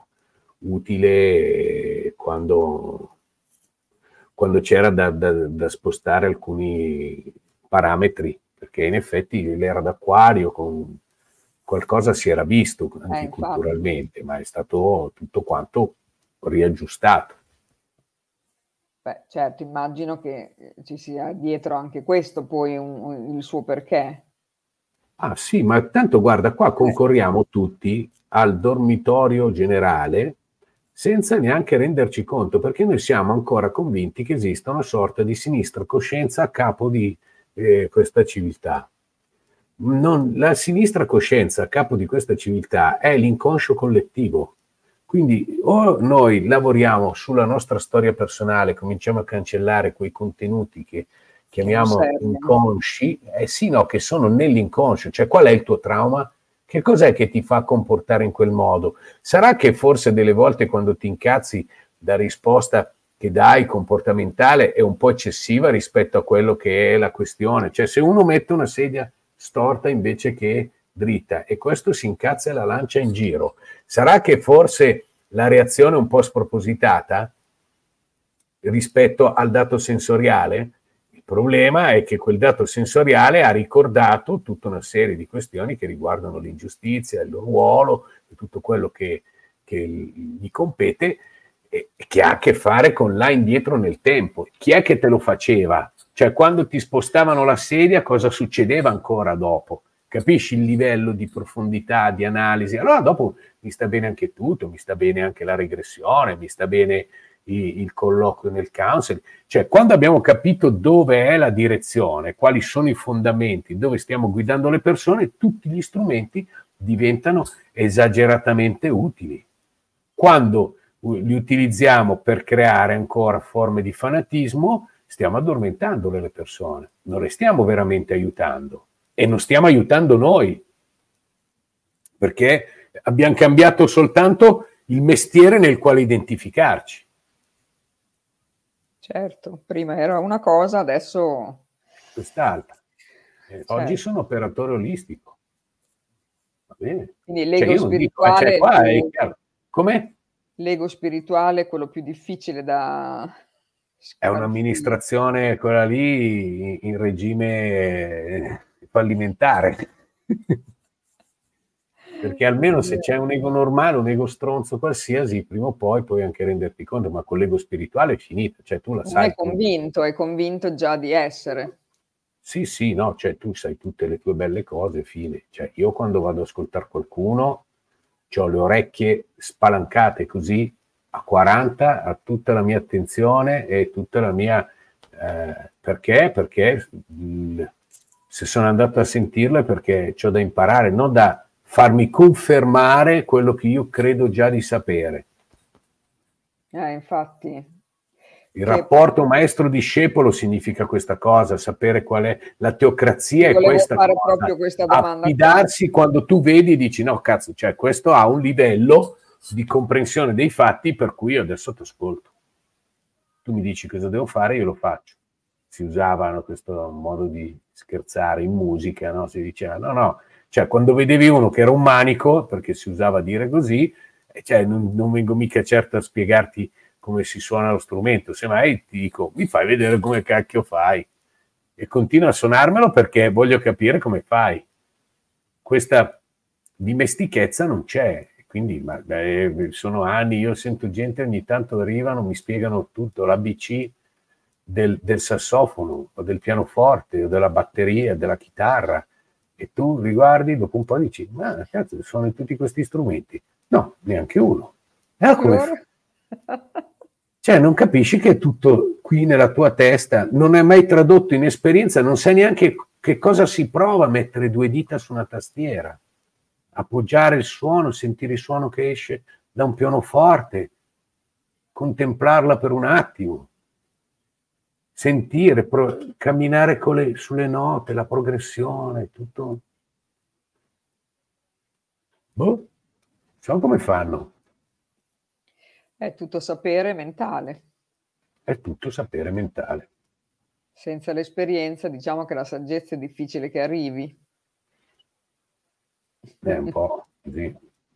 utile quando, quando c'era da, da, da spostare alcuni parametri, perché in effetti l'era d'acquario con qualcosa si era visto Eh, anche infatti. culturalmente, ma è stato tutto quanto riaggiustato. Beh, certo, immagino che eh, ci sia dietro anche questo poi un- un- il suo perché. Ah sì, ma tanto guarda, qua Eh, concorriamo tutti al dormitorio generale senza neanche renderci conto, perché noi siamo ancora convinti che esista una sorta di sinistra coscienza a capo di eh, questa civiltà. Non, la sinistra coscienza a capo di questa civiltà è l'inconscio collettivo. Quindi o noi lavoriamo sulla nostra storia personale, cominciamo a cancellare quei contenuti che che non chiamiamo servono. inconsci, eh sì, no, che sono nell'inconscio, cioè qual è il tuo trauma? Che cos'è che ti fa comportare in quel modo? Sarà che forse delle volte quando ti incazzi la risposta che dai comportamentale è un po' eccessiva rispetto a quello che è la questione. Cioè se uno mette una sedia storta invece che dritta e questo si incazza e la lancia in giro, sarà che forse la reazione è un po' spropositata rispetto al dato sensoriale? Il problema è che quel dato sensoriale ha ricordato tutta una serie di questioni che riguardano l'ingiustizia, il ruolo e tutto quello che, che gli compete e che ha a che fare con là indietro nel tempo. Chi è che te lo faceva? Cioè, quando ti spostavano la sedia, cosa succedeva ancora dopo? Capisci il livello di profondità, di analisi? Allora dopo mi sta bene anche tutto, mi sta bene anche la regressione, mi sta bene i, il colloquio nel council. Cioè, quando abbiamo capito dove è la direzione, quali sono i fondamenti, dove stiamo guidando le persone, tutti gli strumenti diventano esageratamente utili. Quando li utilizziamo per creare ancora forme di fanatismo, stiamo addormentando le persone, non le stiamo veramente aiutando e non stiamo aiutando noi, perché abbiamo cambiato soltanto il mestiere nel quale identificarci. Certo, prima era una cosa, adesso quest'altra. Eh, certo. Oggi sono operatore olistico. Va bene. Quindi l'ego Cioè io non dico, eh, spirituale cioè, qua è più... chiaro. Come? L'ego spirituale è quello più difficile da È scalfire. un'amministrazione, quella lì, in, in regime fallimentare. Perché almeno se c'è un ego normale, un ego stronzo qualsiasi, prima o poi puoi anche renderti conto, ma con l'ego spirituale è finita, cioè tu la Non sai. è convinto, è convinto già di essere. Sì, sì, no, cioè tu sai tutte le tue belle cose, fine. Cioè io quando vado ad ascoltare qualcuno, ho le orecchie spalancate così, a quaranta, a tutta la mia attenzione e tutta la mia... Eh, perché? Perché mh, se sono andato a sentirla è perché c'ho da imparare, non da farmi confermare quello che io credo già di sapere. Eh, infatti. Il Che rapporto maestro-discepolo significa questa cosa, sapere qual è la teocrazia, è volevo questa fare cosa. proprio questa domanda qua. Affidarsi quando tu vedi e dici no cazzo, cioè questo ha un livello di comprensione dei fatti per cui io adesso ti ascolto. Tu mi dici cosa devo fare, io lo faccio. Si usava, no, questo modo di scherzare in musica, no? Si diceva no no, cioè quando vedevi uno che era un manico, perché si usava dire così, cioè non, non vengo mica certo a spiegarti come si suona lo strumento, semmai ti dico mi fai vedere come cacchio fai e continuo a suonarmelo perché voglio capire come fai. Questa dimestichezza non c'è, quindi ma, beh, sono anni, io sento gente ogni tanto arrivano, mi spiegano tutto, l'A B C del, del sassofono o del pianoforte o della batteria, della chitarra, e tu riguardi dopo un po' dici ma cazzo, sono tutti questi strumenti? No, neanche uno. E come fa? Cioè non capisci che è tutto qui nella tua testa, non è mai tradotto in esperienza, non sai neanche che cosa si prova a mettere due dita su una tastiera, appoggiare il suono, sentire il suono che esce da un pianoforte, contemplarla per un attimo, sentire, pro- camminare con le, sulle note, la progressione, tutto. Boh, so come fanno. È tutto sapere mentale. È tutto sapere mentale. Senza l'esperienza, diciamo che la saggezza è difficile che arrivi. È un po' così.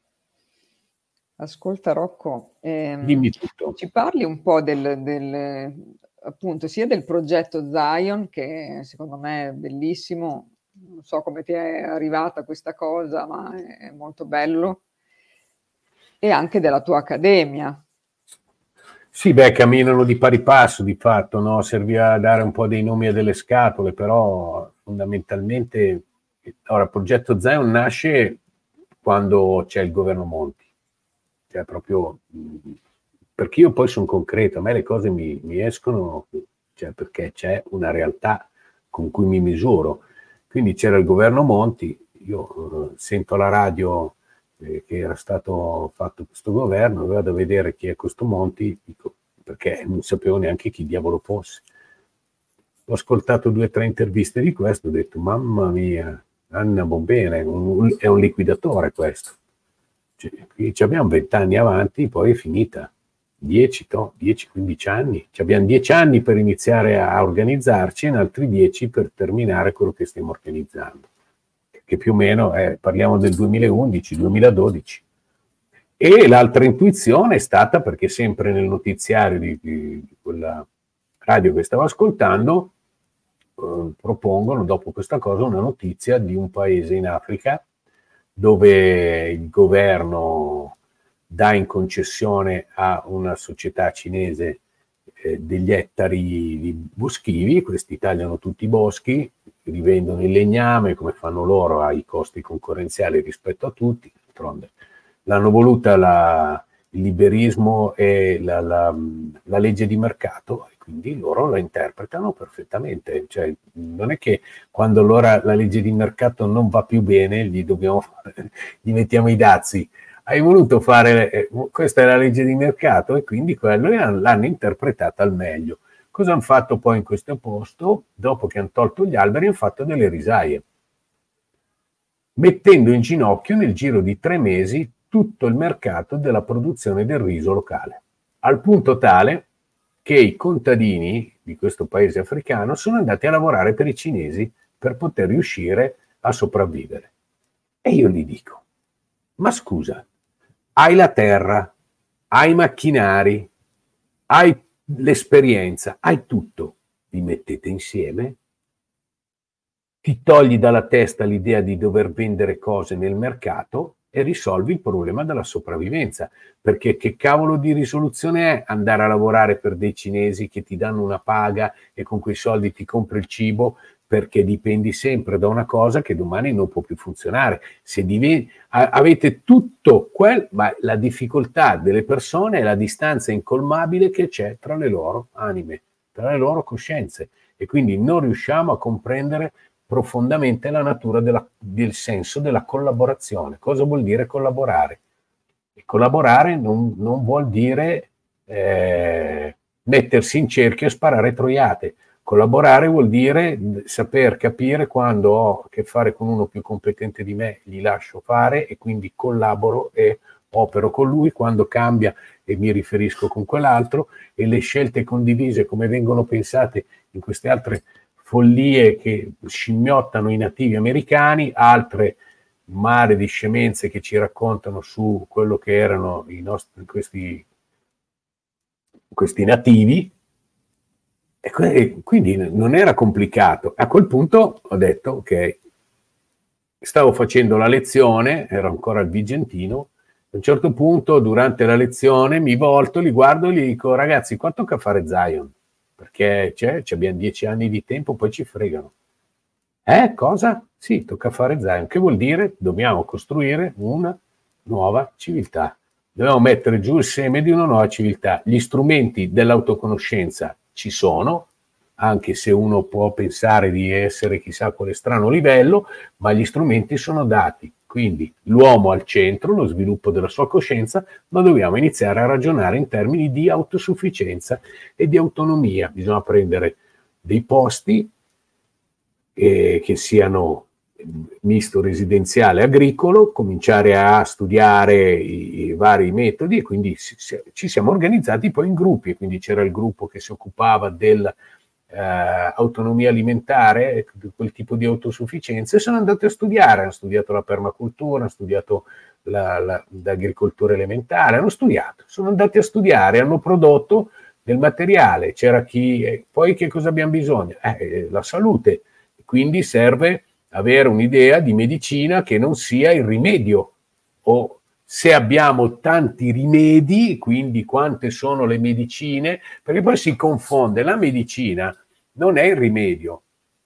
Ascolta Rocco, ehm, Dimmi tutto. ci parli un po' del, del, appunto, sia del progetto Zion, che secondo me è bellissimo, non so come ti è arrivata questa cosa, ma è molto bello, e anche della tua accademia. Sì, beh, camminano di pari passo di fatto, no? Serviva a dare un po' dei nomi a delle scatole, però fondamentalmente ora il progetto Zion nasce quando c'è il governo Monti, cioè proprio perché io poi sono concreto, a me le cose mi, mi escono, cioè perché c'è una realtà con cui mi misuro. Quindi c'era il governo Monti, io eh, sento alla radio che era stato fatto questo governo, vado a vedere chi è questo Monti, dico, perché non sapevo neanche chi diavolo fosse. Ho ascoltato due o tre interviste di questo, ho detto, mamma mia, Anna Bombene, è un, è un liquidatore questo. Cioè, qui ci abbiamo vent'anni avanti, poi è finita. dieci, quindici anni. Ci abbiamo dieci anni per iniziare a organizzarci e altri dieci per terminare quello che stiamo organizzando. Che più o meno è, parliamo del duemilaundici duemiladodici. E l'altra intuizione è stata, perché sempre nel notiziario di, di, di quella radio che stavo ascoltando eh, propongono dopo questa cosa una notizia di un paese in Africa dove il governo dà in concessione a una società cinese eh, degli ettari di boschivi, questi tagliano tutti i boschi, rivendono il legname come fanno loro ai costi concorrenziali rispetto a tutti, d'altronde l'hanno voluta la, il liberismo e la, la, la legge di mercato, e quindi loro la interpretano perfettamente. Cioè, non è che quando allora la legge di mercato non va più bene gli dobbiamo fare, gli mettiamo i dazi. Hai voluto fare, eh, questa è la legge di mercato, e quindi quello l'hanno interpretata al meglio. Cosa hanno fatto poi in questo posto? Dopo che hanno tolto gli alberi, hanno fatto delle risaie, mettendo in ginocchio nel giro di tre mesi tutto il mercato della produzione del riso locale, al punto tale che i contadini di questo paese africano sono andati a lavorare per i cinesi per poter riuscire a sopravvivere. E io gli dico, ma scusa, hai la terra, hai i macchinari, hai l'esperienza, hai tutto, li mettete insieme, ti togli dalla testa l'idea di dover vendere cose nel mercato e risolvi il problema della sopravvivenza. Perché che cavolo di risoluzione è andare a lavorare per dei cinesi che ti danno una paga e con quei soldi ti compri il cibo, perché dipendi sempre da una cosa che domani non può più funzionare. Se diven- avete tutto quel, ma la difficoltà delle persone è la distanza incolmabile che c'è tra le loro anime, tra le loro coscienze, e quindi non riusciamo a comprendere profondamente la natura della, del senso della collaborazione. Cosa vuol dire collaborare? E collaborare non, non vuol dire eh, mettersi in cerchio e sparare troiate. Collaborare vuol dire saper capire quando ho a che fare con uno più competente di me, gli lascio fare e quindi collaboro e opero con lui, quando cambia e mi riferisco con quell'altro, e le scelte condivise come vengono pensate in queste altre follie che scimmiottano i nativi americani, altre mare di scemenze che ci raccontano su quello che erano i nostri, questi, questi nativi. E quindi non era complicato. A quel punto ho detto, ok, stavo facendo la lezione, ero ancora al Vigentino, a un certo punto durante la lezione mi volto, li guardo e gli dico, ragazzi, qua tocca fare Zion, perché c'è, abbiamo dieci anni di tempo, poi ci fregano. Eh, cosa? Sì, tocca fare Zion. Che vuol dire? Dobbiamo costruire una nuova civiltà. Dobbiamo mettere giù il seme di una nuova civiltà. Gli strumenti dell'autoconoscenza ci sono, anche se uno può pensare di essere chissà quale strano livello, ma gli strumenti sono dati. Quindi l'uomo al centro, lo sviluppo della sua coscienza, ma dobbiamo iniziare a ragionare in termini di autosufficienza e di autonomia. Bisogna prendere dei posti eh, che siano misto residenziale agricolo, cominciare a studiare i, i vari metodi, e quindi si, si, ci siamo organizzati poi in gruppi. Quindi c'era il gruppo che si occupava dell'autonomia eh, alimentare, di quel tipo di autosufficienza, e sono andati a studiare, hanno studiato la permacultura, hanno studiato la, la, l'agricoltura elementare, hanno studiato, sono andati a studiare, hanno prodotto del materiale. C'era chi, eh, poi che cosa abbiamo bisogno? Eh, la salute, quindi serve avere un'idea di medicina che non sia il rimedio, o se abbiamo tanti rimedi, quindi quante sono le medicine, perché poi si confonde, la medicina non è il rimedio,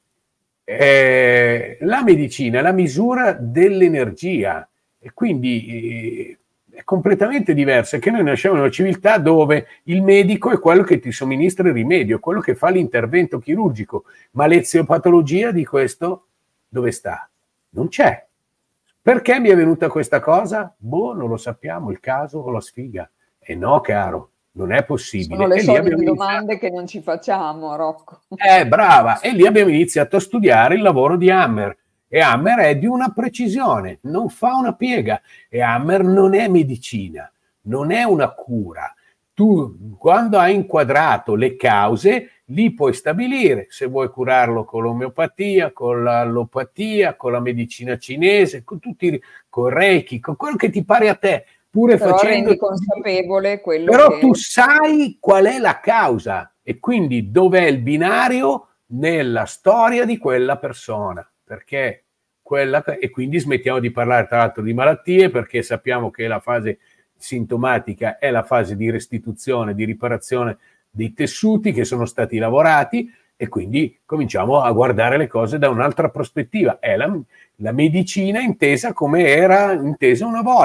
eh, la medicina è la misura dell'energia, e quindi eh, è completamente diverso. È che noi nasciamo in una civiltà dove il medico è quello che ti somministra il rimedio, quello che fa l'intervento chirurgico, ma l'eziopatologia di questo dove sta? Non c'è. Perché mi è venuta questa cosa? Boh, non lo sappiamo, il caso o la sfiga. E no, caro, non è possibile. Sono le e solite lì domande iniziato... che non ci facciamo, Rocco. Eh, brava. E lì abbiamo iniziato a studiare il lavoro di Hammer. E Hammer è di una precisione, non fa una piega. E Hammer non è medicina, non è una cura. Tu, quando hai inquadrato le cause, lì puoi stabilire se vuoi curarlo con l'omeopatia, con l'allopatia, con la medicina cinese, con tutti, con Reiki, con quello che ti pare a te, pure Però facendo... rendi consapevole quello Però che... tu sai qual è la causa e quindi dov'è il binario nella storia di quella persona, perché quella... E quindi smettiamo di parlare tra l'altro di malattie, perché sappiamo che la fase sintomatica è la fase di restituzione, di riparazione dei tessuti che sono stati lavorati, e quindi cominciamo a guardare le cose da un'altra prospettiva. È la, la medicina intesa come era intesa una volta,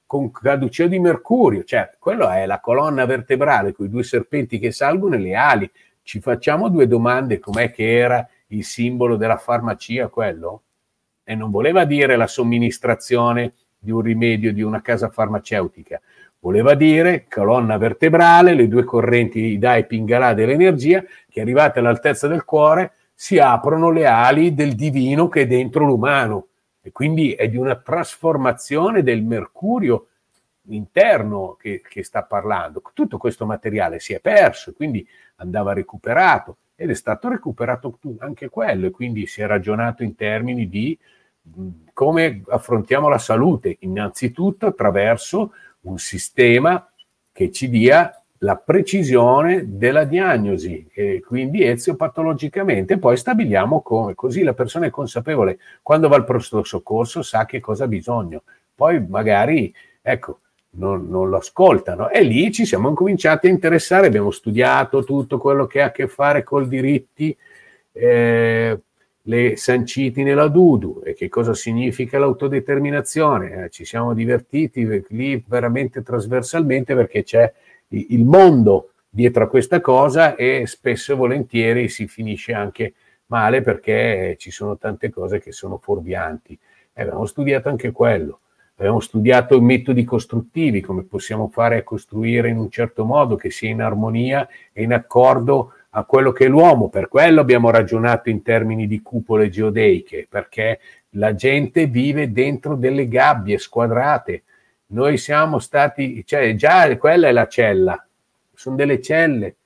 con caduceo di mercurio, cioè quello è la colonna vertebrale con i due serpenti che salgono e le ali. Ci facciamo due domande: com'è che era il simbolo della farmacia quello? E non voleva dire la somministrazione di un rimedio di una casa farmaceutica, voleva dire colonna vertebrale, le due correnti Dai Pingalà dell'energia che arrivate all'altezza del cuore si aprono le ali del divino che è dentro l'umano, e quindi è di una trasformazione del mercurio interno che, che sta parlando. Tutto questo materiale si è perso, quindi andava recuperato, ed è stato recuperato anche quello, e quindi si è ragionato in termini di come affrontiamo la salute, innanzitutto attraverso un sistema che ci dia la precisione della diagnosi, e quindi eziopatologicamente poi stabiliamo come, così la persona è consapevole, quando va al pronto soccorso sa che cosa ha bisogno, poi magari ecco non, non lo ascoltano, e lì ci siamo incominciati a interessare, abbiamo studiato tutto quello che ha a che fare col diritti eh, le sanciti nella Dudu e che cosa significa l'autodeterminazione. Eh, ci siamo divertiti lì veramente trasversalmente, perché c'è il mondo dietro a questa cosa, e spesso e volentieri si finisce anche male perché ci sono tante cose che sono fuorvianti. Eh, abbiamo studiato anche quello, abbiamo studiato i metodi costruttivi, come possiamo fare a costruire in un certo modo che sia in armonia e in accordo a quello che è l'uomo. Per quello abbiamo ragionato in termini di cupole geodeiche, perché la gente vive dentro delle gabbie squadrate. Noi siamo stati, cioè già quella è la cella, sono delle celle,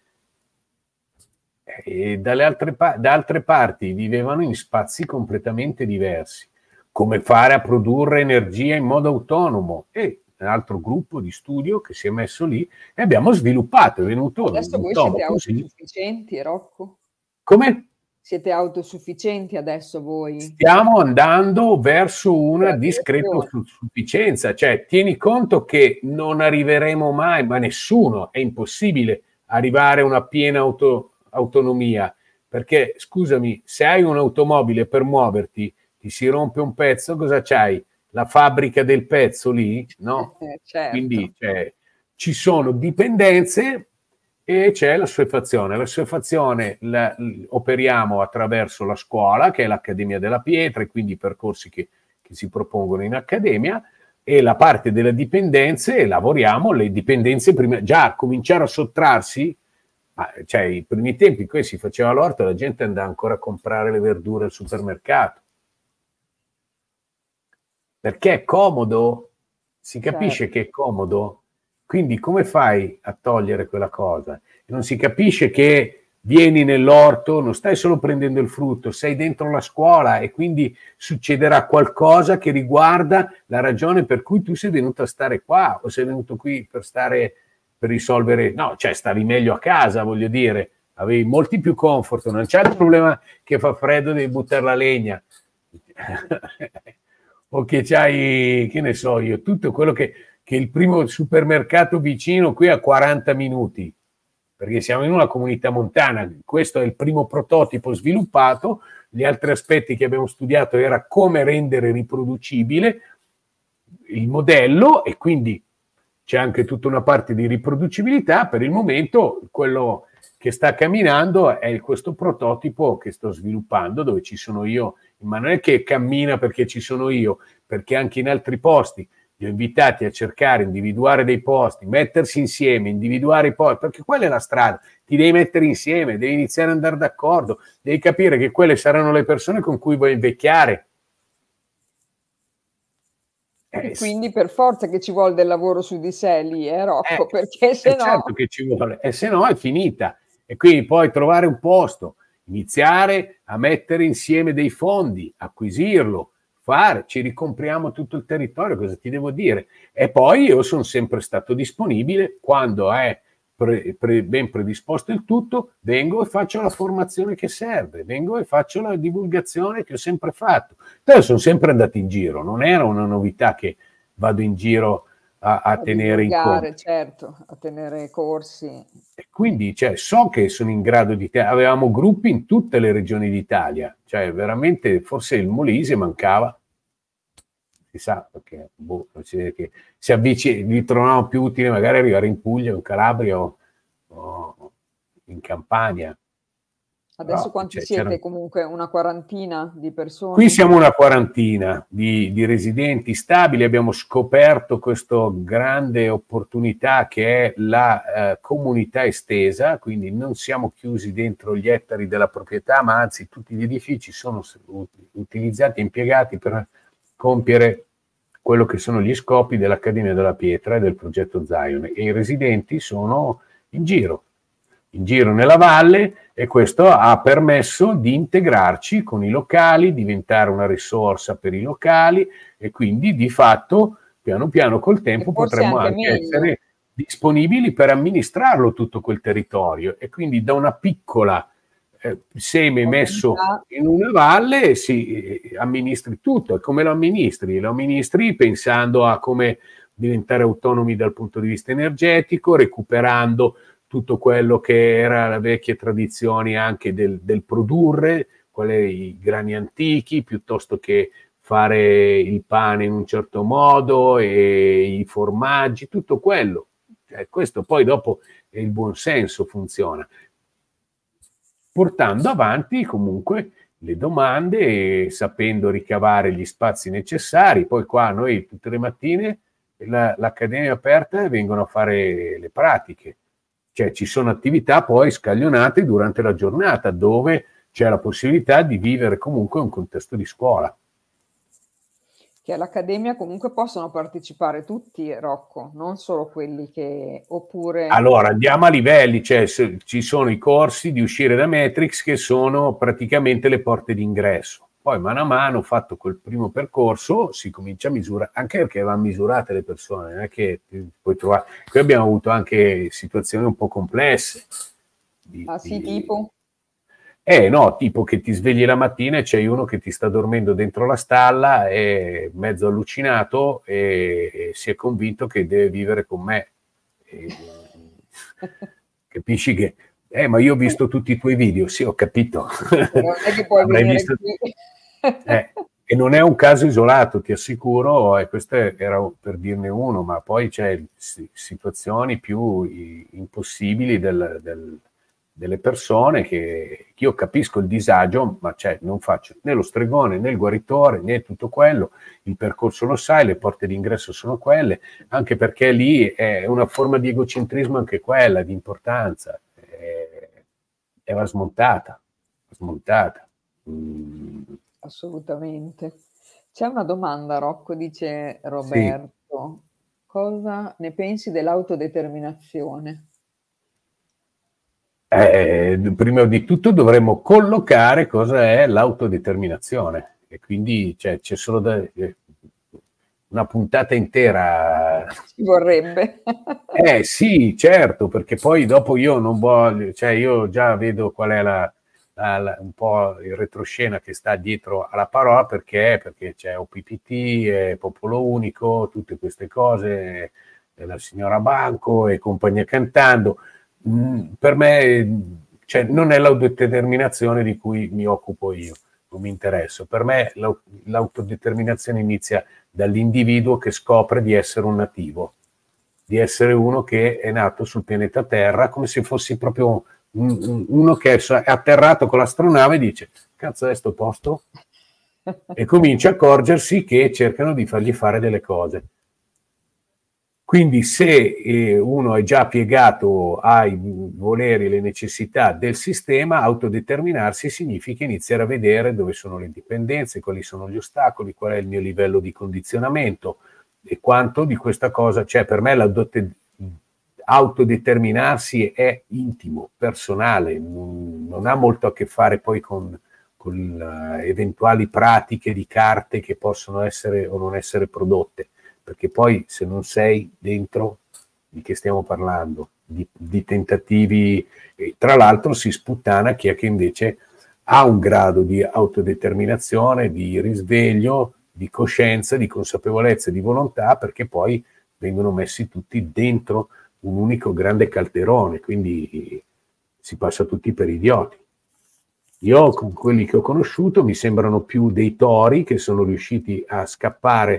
e dalle altre, da altre parti vivevano in spazi completamente diversi. Come fare a produrre energia in modo autonomo, e un altro gruppo di studio che si è messo lì e abbiamo sviluppato, è venuto Adesso un voi tomo siete così. autosufficienti, Rocco? Come? Siete autosufficienti adesso voi? Stiamo andando verso una discreta autosufficienza, cioè tieni conto che non arriveremo mai, ma nessuno, è impossibile arrivare a una piena auto, autonomia, perché scusami, se hai un'automobile per muoverti, ti si rompe un pezzo, cosa c'hai? La fabbrica del pezzo lì? No? Eh, certo. Quindi cioè, ci sono dipendenze e c'è l'assuefazione. L'assuefazione la, la operiamo attraverso la scuola, che è l'Accademia della Pietra, e quindi i percorsi che, che si propongono in accademia, e la parte delle dipendenze lavoriamo, le dipendenze prima, già cominciare a sottrarsi, cioè i primi tempi qui si faceva l'orto, la gente andava ancora a comprare le verdure al supermercato, perché è comodo, si capisce certo. Che è comodo. Quindi come fai a togliere quella cosa? Non si capisce che vieni nell'orto, non stai solo prendendo il frutto, sei dentro la scuola, e quindi succederà qualcosa che riguarda la ragione per cui tu sei venuto a stare qua, o sei venuto qui per stare, per risolvere, no, cioè stavi meglio a casa, voglio dire, avevi molti più comfort, non c'è il problema che fa freddo, devi buttare la legna. O che c'hai, che ne so io, tutto quello che, che il primo supermercato vicino qui a quaranta minuti, perché siamo in una comunità montana, questo è il primo prototipo sviluppato, gli altri aspetti che abbiamo studiato era come rendere riproducibile il modello, e quindi c'è anche tutta una parte di riproducibilità. Per il momento quello che sta camminando è questo prototipo che sto sviluppando, dove ci sono io, ma non è che cammina perché ci sono io, perché anche in altri posti li ho invitati a cercare, individuare dei posti, mettersi insieme, individuare i posti, perché quella è la strada, ti devi mettere insieme, devi iniziare ad andare d'accordo, devi capire che quelle saranno le persone con cui vuoi invecchiare. E quindi per forza che ci vuole del lavoro su di sé lì, eh Rocco, eh, perché se no... certo che ci vuole, e se no è finita. E quindi poi trovare un posto, iniziare a mettere insieme dei fondi, acquisirlo, fare, ci ricompriamo tutto il territorio, cosa ti devo dire? E poi io sono sempre stato disponibile, quando è pre, pre, ben predisposto il tutto, vengo e faccio la formazione che serve, vengo e faccio la divulgazione che ho sempre fatto. Però sono sempre andato in giro, non era una novità che vado in giro a, a, a tenere in conto. Certo, a tenere corsi. E quindi cioè, so che sono in grado di... Te- avevamo gruppi in tutte le regioni d'Italia, cioè veramente forse il Molise mancava. si sa, perché boh, che si avvicina, li trovavamo più utile magari arrivare in Puglia, in Calabria o, o in Campania. Adesso Però, quanti cioè, siete? c'era... Comunque una quarantina di Qui persone? siamo una quarantina di, di residenti stabili, abbiamo scoperto questa grande opportunità che è la eh, comunità estesa, quindi non siamo chiusi dentro gli ettari della proprietà, ma anzi tutti gli edifici sono utilizzati e impiegati per compiere quello che sono gli scopi dell'Accademia della Pietra e del progetto Zion, e i residenti sono in giro, in giro nella valle, e questo ha permesso di integrarci con i locali, diventare una risorsa per i locali, e quindi di fatto piano piano col E tempo forse potremmo anche anche meglio. essere disponibili per amministrarlo tutto quel territorio, e quindi da una piccola eh, seme messo Comunità. in una valle si eh, amministri tutto. E come lo amministri? Lo amministri pensando a come diventare autonomi dal punto di vista energetico, recuperando tutto quello che era la vecchia tradizione anche del, del produrre, quali i grani antichi, piuttosto che fare il pane in un certo modo e i formaggi, tutto quello. Cioè, questo poi dopo il buon senso funziona, portando avanti comunque le domande e sapendo ricavare gli spazi necessari. Poi qua noi tutte le mattine la, l'Accademia è aperta e vengono a fare le pratiche. Cioè ci sono attività poi scaglionate durante la giornata dove c'è la possibilità di vivere comunque un contesto di scuola. Che all'Accademia comunque possono partecipare tutti, Rocco, non solo quelli che... oppure... Allora andiamo a livelli, cioè se, ci sono i corsi di uscire da Matrix che sono praticamente le porte d'ingresso. Poi mano a mano, fatto quel primo percorso, si comincia a misurare, anche perché vanno misurate le persone, non è che puoi trovare... Qui abbiamo avuto anche situazioni un po' complesse. Di, Ah sì, di... tipo? Eh no, tipo che ti svegli la mattina e c'è uno che ti sta dormendo dentro la stalla, è mezzo allucinato e, e si è convinto che deve vivere con me. E, capisci che, eh, ma io ho visto tutti i tuoi video, sì, ho capito. Non è che puoi Avrai venire visto. qui. Eh, e non è un caso isolato, ti assicuro, e questo era per dirne uno, ma poi c'è situazioni più impossibili del, del, delle persone che, che io capisco il disagio, ma cioè, non faccio né lo stregone né il guaritore né tutto quello, il percorso lo sai, le porte d'ingresso sono quelle, anche perché lì è una forma di egocentrismo anche quella, di importanza, è, è va smontata, smontata. Mm. Assolutamente. C'è una domanda, Rocco, dice Sì. Roberto. Cosa ne pensi dell'autodeterminazione? Eh, prima di tutto dovremmo collocare cosa è l'autodeterminazione, e quindi cioè, c'è solo da, eh, una puntata intera. Ci vorrebbe. Eh sì, certo, perché poi dopo io non voglio, cioè io già vedo qual è la, la, la, un po' il retroscena che sta dietro alla parola, perché, perché c'è O P P T, è Popolo Unico, tutte queste cose, la signora Banco e compagnia cantando. Mm, per me cioè, non è l'autodeterminazione di cui mi occupo io, non mi interessa. Per me l'autodeterminazione inizia dall'individuo che scopre di essere un nativo, di essere uno che è nato sul pianeta Terra, come se fossi proprio un, un, uno che è atterrato con l'astronave e dice cazzo è sto posto? E comincia a accorgersi che cercano di fargli fare delle cose. Quindi se eh, uno è già piegato ai voleri e le necessità del sistema, autodeterminarsi significa iniziare a vedere dove sono le dipendenze, quali sono gli ostacoli, qual è il mio livello di condizionamento e quanto di questa cosa c'è. Per me l'autodeterminarsi è intimo, personale, non, non ha molto a che fare poi con, con uh, eventuali pratiche di carte che possono essere o non essere prodotte. Perché poi se non sei dentro, di che stiamo parlando? Di, di tentativi, e tra l'altro si sputtana chi è che invece ha un grado di autodeterminazione, di risveglio, di coscienza, di consapevolezza e di volontà, perché poi vengono messi tutti dentro un unico grande calderone, quindi si passa tutti per idioti. Io, con quelli che ho conosciuto, mi sembrano più dei tori che sono riusciti a scappare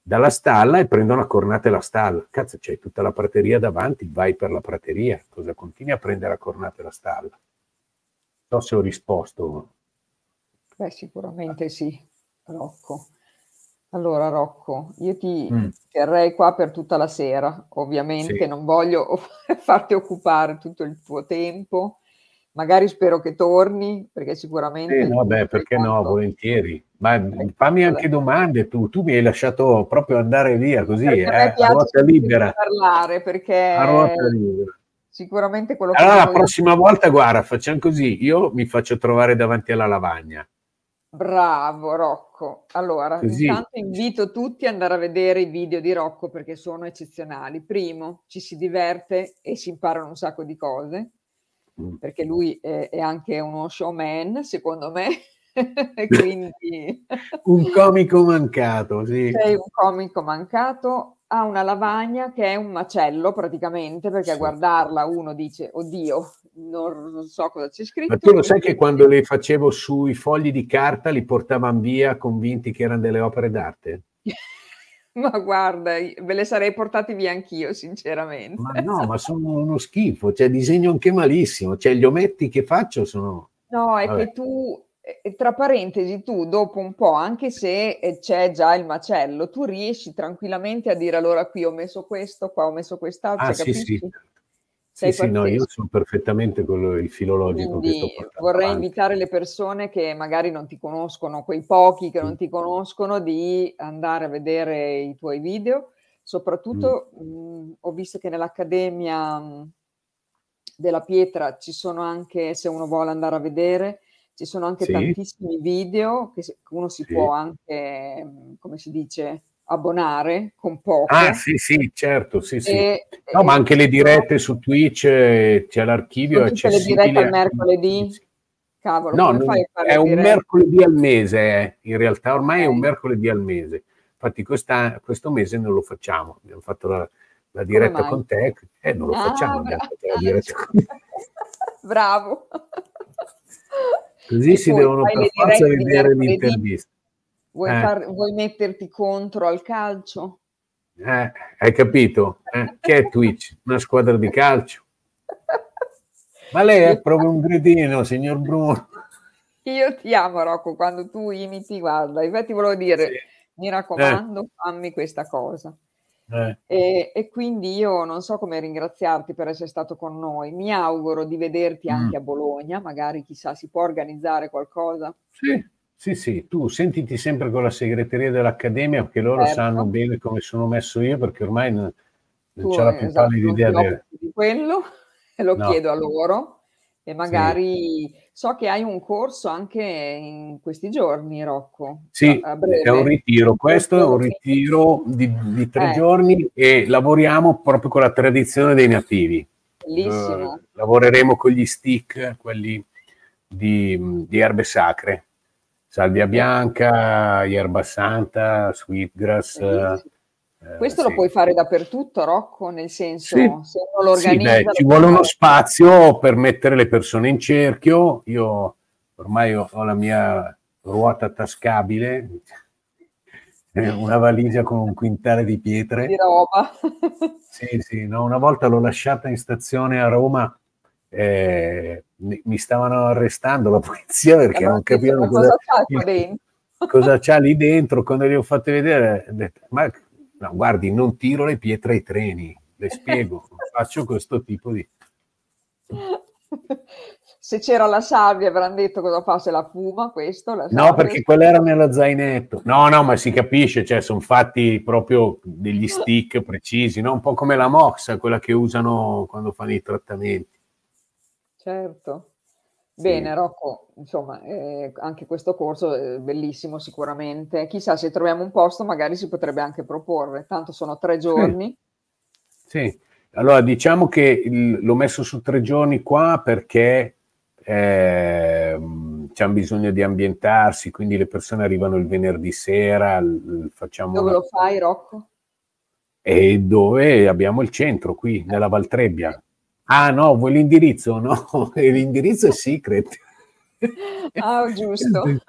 dalla stalla e prendono a cornate la stalla. Cazzo, c'hai tutta la prateria davanti, vai per la prateria, cosa continui a prendere a cornate la stalla? Non so se ho risposto. Beh, sicuramente sì, Rocco. Allora Rocco, io ti Mm, terrei qua per tutta la sera. Ovviamente sì. non voglio farti occupare tutto il tuo tempo. Magari spero che torni, perché Sì, sicuramente no, tu beh, sei perché no, molto volentieri. Ma sei fammi molto da anche domande tu, tu mi hai lasciato proprio andare via sì, così, perché eh, a me a piace ruota sentirti libera, parlare, a perché ruota libera. sicuramente quello che Allora la vivo io. prossima volta, guarda, facciamo così, io mi faccio trovare davanti alla lavagna, Bravo Rocco. Allora, così. intanto invito tutti ad andare a vedere i video di Rocco perché sono eccezionali. Primo, ci si diverte e si imparano un sacco di cose, Mm. perché lui è, è anche uno showman, secondo me, e quindi Un comico mancato, sì. sei un comico mancato. Ha una lavagna che è un macello praticamente, perché a Sì. guardarla uno dice, oddio, non, non so cosa c'è Ma tu scritto, lo sai che quando invece. le facevo sui fogli di carta li portavano via convinti che erano delle opere d'arte? Ma guarda, i ve le sarei portati via anch'io sinceramente. Ma no, ma sono uno schifo, cioè disegno anche malissimo, cioè gli ometti che faccio sono... No, è Vabbè. che tu ehm, tra parentesi, tu dopo un po', anche se, ehm, c'è già il macello, tu riesci tranquillamente a dire: "Allora qui ho messo questo, qua ho messo quest'al", Ah cioè sì, sì. capisci? Sì, Sei sì, no, io pazzesco. so perfettamente quello, il filologico che sto Quindi portando vorrei avanti. invitare le persone che magari non ti conoscono, quei pochi che Mm, non ti conoscono, di andare a vedere i tuoi video. mm. Soprattutto, mhmm, ho visto che nell'Accademia, mhmm, della Pietra ci sono anche, se uno vuole andare a vedere, ci sono anche Sì, tantissimi video che se che uno si può sì. anche, mhmm, come si dice, abbonare con Ah poco sì, sì, certo, sì, e sì. e No, ma e anche ci le sono dirette su Twitch, eh, c'è ci sono l'archivio, è tutte le dirette accessibile al a mercoledì? chiunque. Cavolo, No, come fai non- a fare è le un dirette? mercoledì al mese, eh. In realtà ormai è un Okay. mercoledì al mese. Infatti questa- questo mese non lo facciamo, abbiamo fatto la, la Come diretta mai? con te e non lo facciamo, Ah, bra abbiamo fatto la ah, diretta con giusto. Bravo. Così E si poi devono fai per le forza dirette di vedere mercoledì? l'intervista. Vuoi Eh, far vuoi metterti contro al calcio? eh, hai capito? Eh, che è Twitch? Una squadra di calcio? Ma lei Io è ti proprio un cretino, signor Bruno. io ti amo Rocco, quando tu imiti guarda, infatti volevo Sì. dire: "Mi Eh, raccomando, fammi questa cosa". eh. E e quindi io non so come ringraziarti per essere stato con noi. Mi auguro di vederti Mm. anche a Bologna, magari chissà si può organizzare qualcosa? Sì, sì, sì, tu sentiti sempre con la segreteria dell'Accademia, perché loro sanno Certo. bene come sono messo io, perché ormai non, non c'è Tu la più esatto, pallida non ti idea del... occupi di quello e lo No, chiedo a loro e sì. magari so che hai un corso anche in questi giorni, Rocco, tra Sì, a è un breve, ritiro. un Questo è un corso quindi ritiro di, di tre eh, giorni e lavoriamo proprio con la tradizione dei nativi. Eh, bellissimo. lavoreremo con gli stick, quelli di, di erbe sacre, salvia E bianca, yerba santa, sweetgrass. Eh, bellissimo. Questo lo sì. puoi fare dappertutto, Rocco? Nel Sì, senso, se uno lo sì, beh, organizza ci lo può vuole uno fare spazio per mettere le persone in cerchio. Io ormai ho, ho la mia ruota tascabile, eh, una valigia con un quintale di di pietre. roba. Sì, sì, no, una volta l'ho lasciata in stazione a Roma, eh, mi, mi stavano arrestando la polizia E perché non avranno detto: capivano "Ma cosa, cosa c'hai qua il- dentro?" cosa c'ha lì dentro. Quando li ho fatte vedere, ho detto, ma no, guardi, non tiro le pietre ai treni, le spiego, faccio questo tipo di... Se c'era la sabbia avran detto: "Cosa fa? Se la fuma questo, la No, sabbia?" perché quella era nella zainetto. No, no, ma si capisce, cioè sono fatti proprio degli stick precisi, no? Un po' come la moxa, quella che usano quando fanno i trattamenti. Certo. Sì, Bene Rocco, insomma, ehm, anche questo corso è bellissimo sicuramente. Chissà se troviamo un posto magari si potrebbe anche proporre, tanto sono tre sì, giorni. sì. Allora, diciamo che il- l'ho messo su tre giorni qua perché ehm, c'hanno bisogno di ambientarsi, quindi le persone arrivano il venerdì sera, l- facciamo Dove una... lo fai Rocco? E dove abbiamo il centro qui, nella Valtrebbia. Ah no, vuoi l'indirizzo? No, l'indirizzo è secret. Ah, giusto.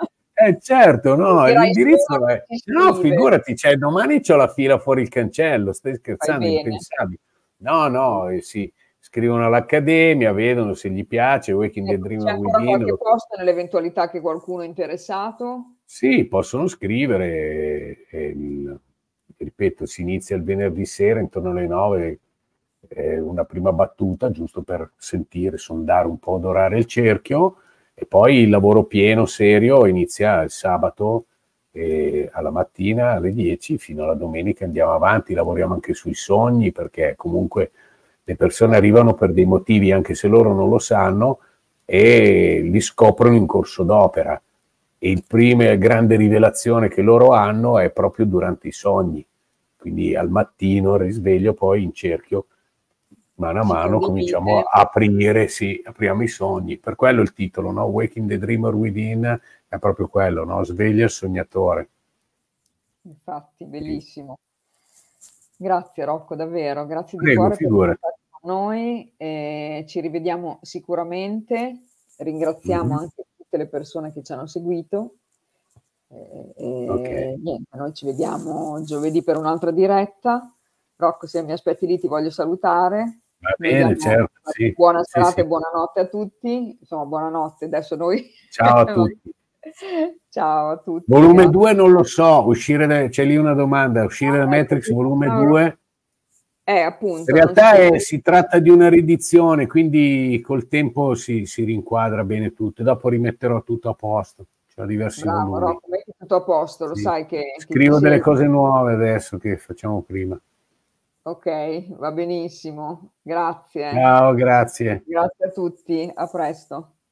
Eh certo, Mi no, dirai l'indirizzo solo è chi no scrive. figurati, cioè domani c'ho la fila fuori il cancello, stai Fai scherzando, bene. impensabile. No, no, eh, sì, scrivono all'accademia, vedono se gli piace, Waking the Ecco, c'è Dreamer ancora Within, qualche lo posto nell'eventualità che qualcuno è interessato? sì, possono scrivere, e il ripeto, si inizia il venerdì sera intorno alle nove, eh, una prima battuta, giusto per sentire, sondare un po', odorare il cerchio, e poi il lavoro pieno, serio, inizia il sabato eh, alla mattina alle dieci fino alla domenica andiamo avanti, lavoriamo anche sui sogni, perché comunque le persone arrivano per dei motivi, anche se loro non lo sanno, e li scoprono in corso d'opera. E il prima grande rivelazione che loro hanno è proprio durante i sogni. Quindi al mattino, al risveglio, poi in cerchio, mano a Si mano, cominciamo condivide. a aprire, sì, apriamo i sogni. Per quello il titolo, no? Waking the Dreamer Within, è proprio quello, no? Sveglia il sognatore. Infatti, Sì. bellissimo. Grazie Rocco, davvero, grazie di Prego, cuore per essere figurati. stato con noi, e ci rivediamo sicuramente. Ringraziamo Mhm. anche tutte le persone che ci hanno seguito. E, Ok, e niente, noi ci vediamo giovedì per un'altra diretta. Rocco, se mi aspetti lì ti voglio salutare. va Noi bene, diamo certo, sì, buona sì, serata sì. e buonanotte a tutti. Insomma, buonanotte, adesso noi. Ciao a tutti. Ciao a tutti, Volume grazie. due non lo so, uscire da, c'è lì una domanda, uscire da Ah, ecco, Matrix sì, volume no, due? eh, In appunto, non si realtà può. è- si tratta di una riedizione, quindi col tempo si, si rinquadra bene tutto e dopo rimetterò tutto a posto. C'ho diversi Bravo volumi. Rocco, metti tutto a posto, lo Sì. sai che, che ti Scrivo delle seguo. cose nuove adesso che facciamo prima. Ok, va benissimo. Grazie. Ciao, grazie. Grazie a tutti, a presto.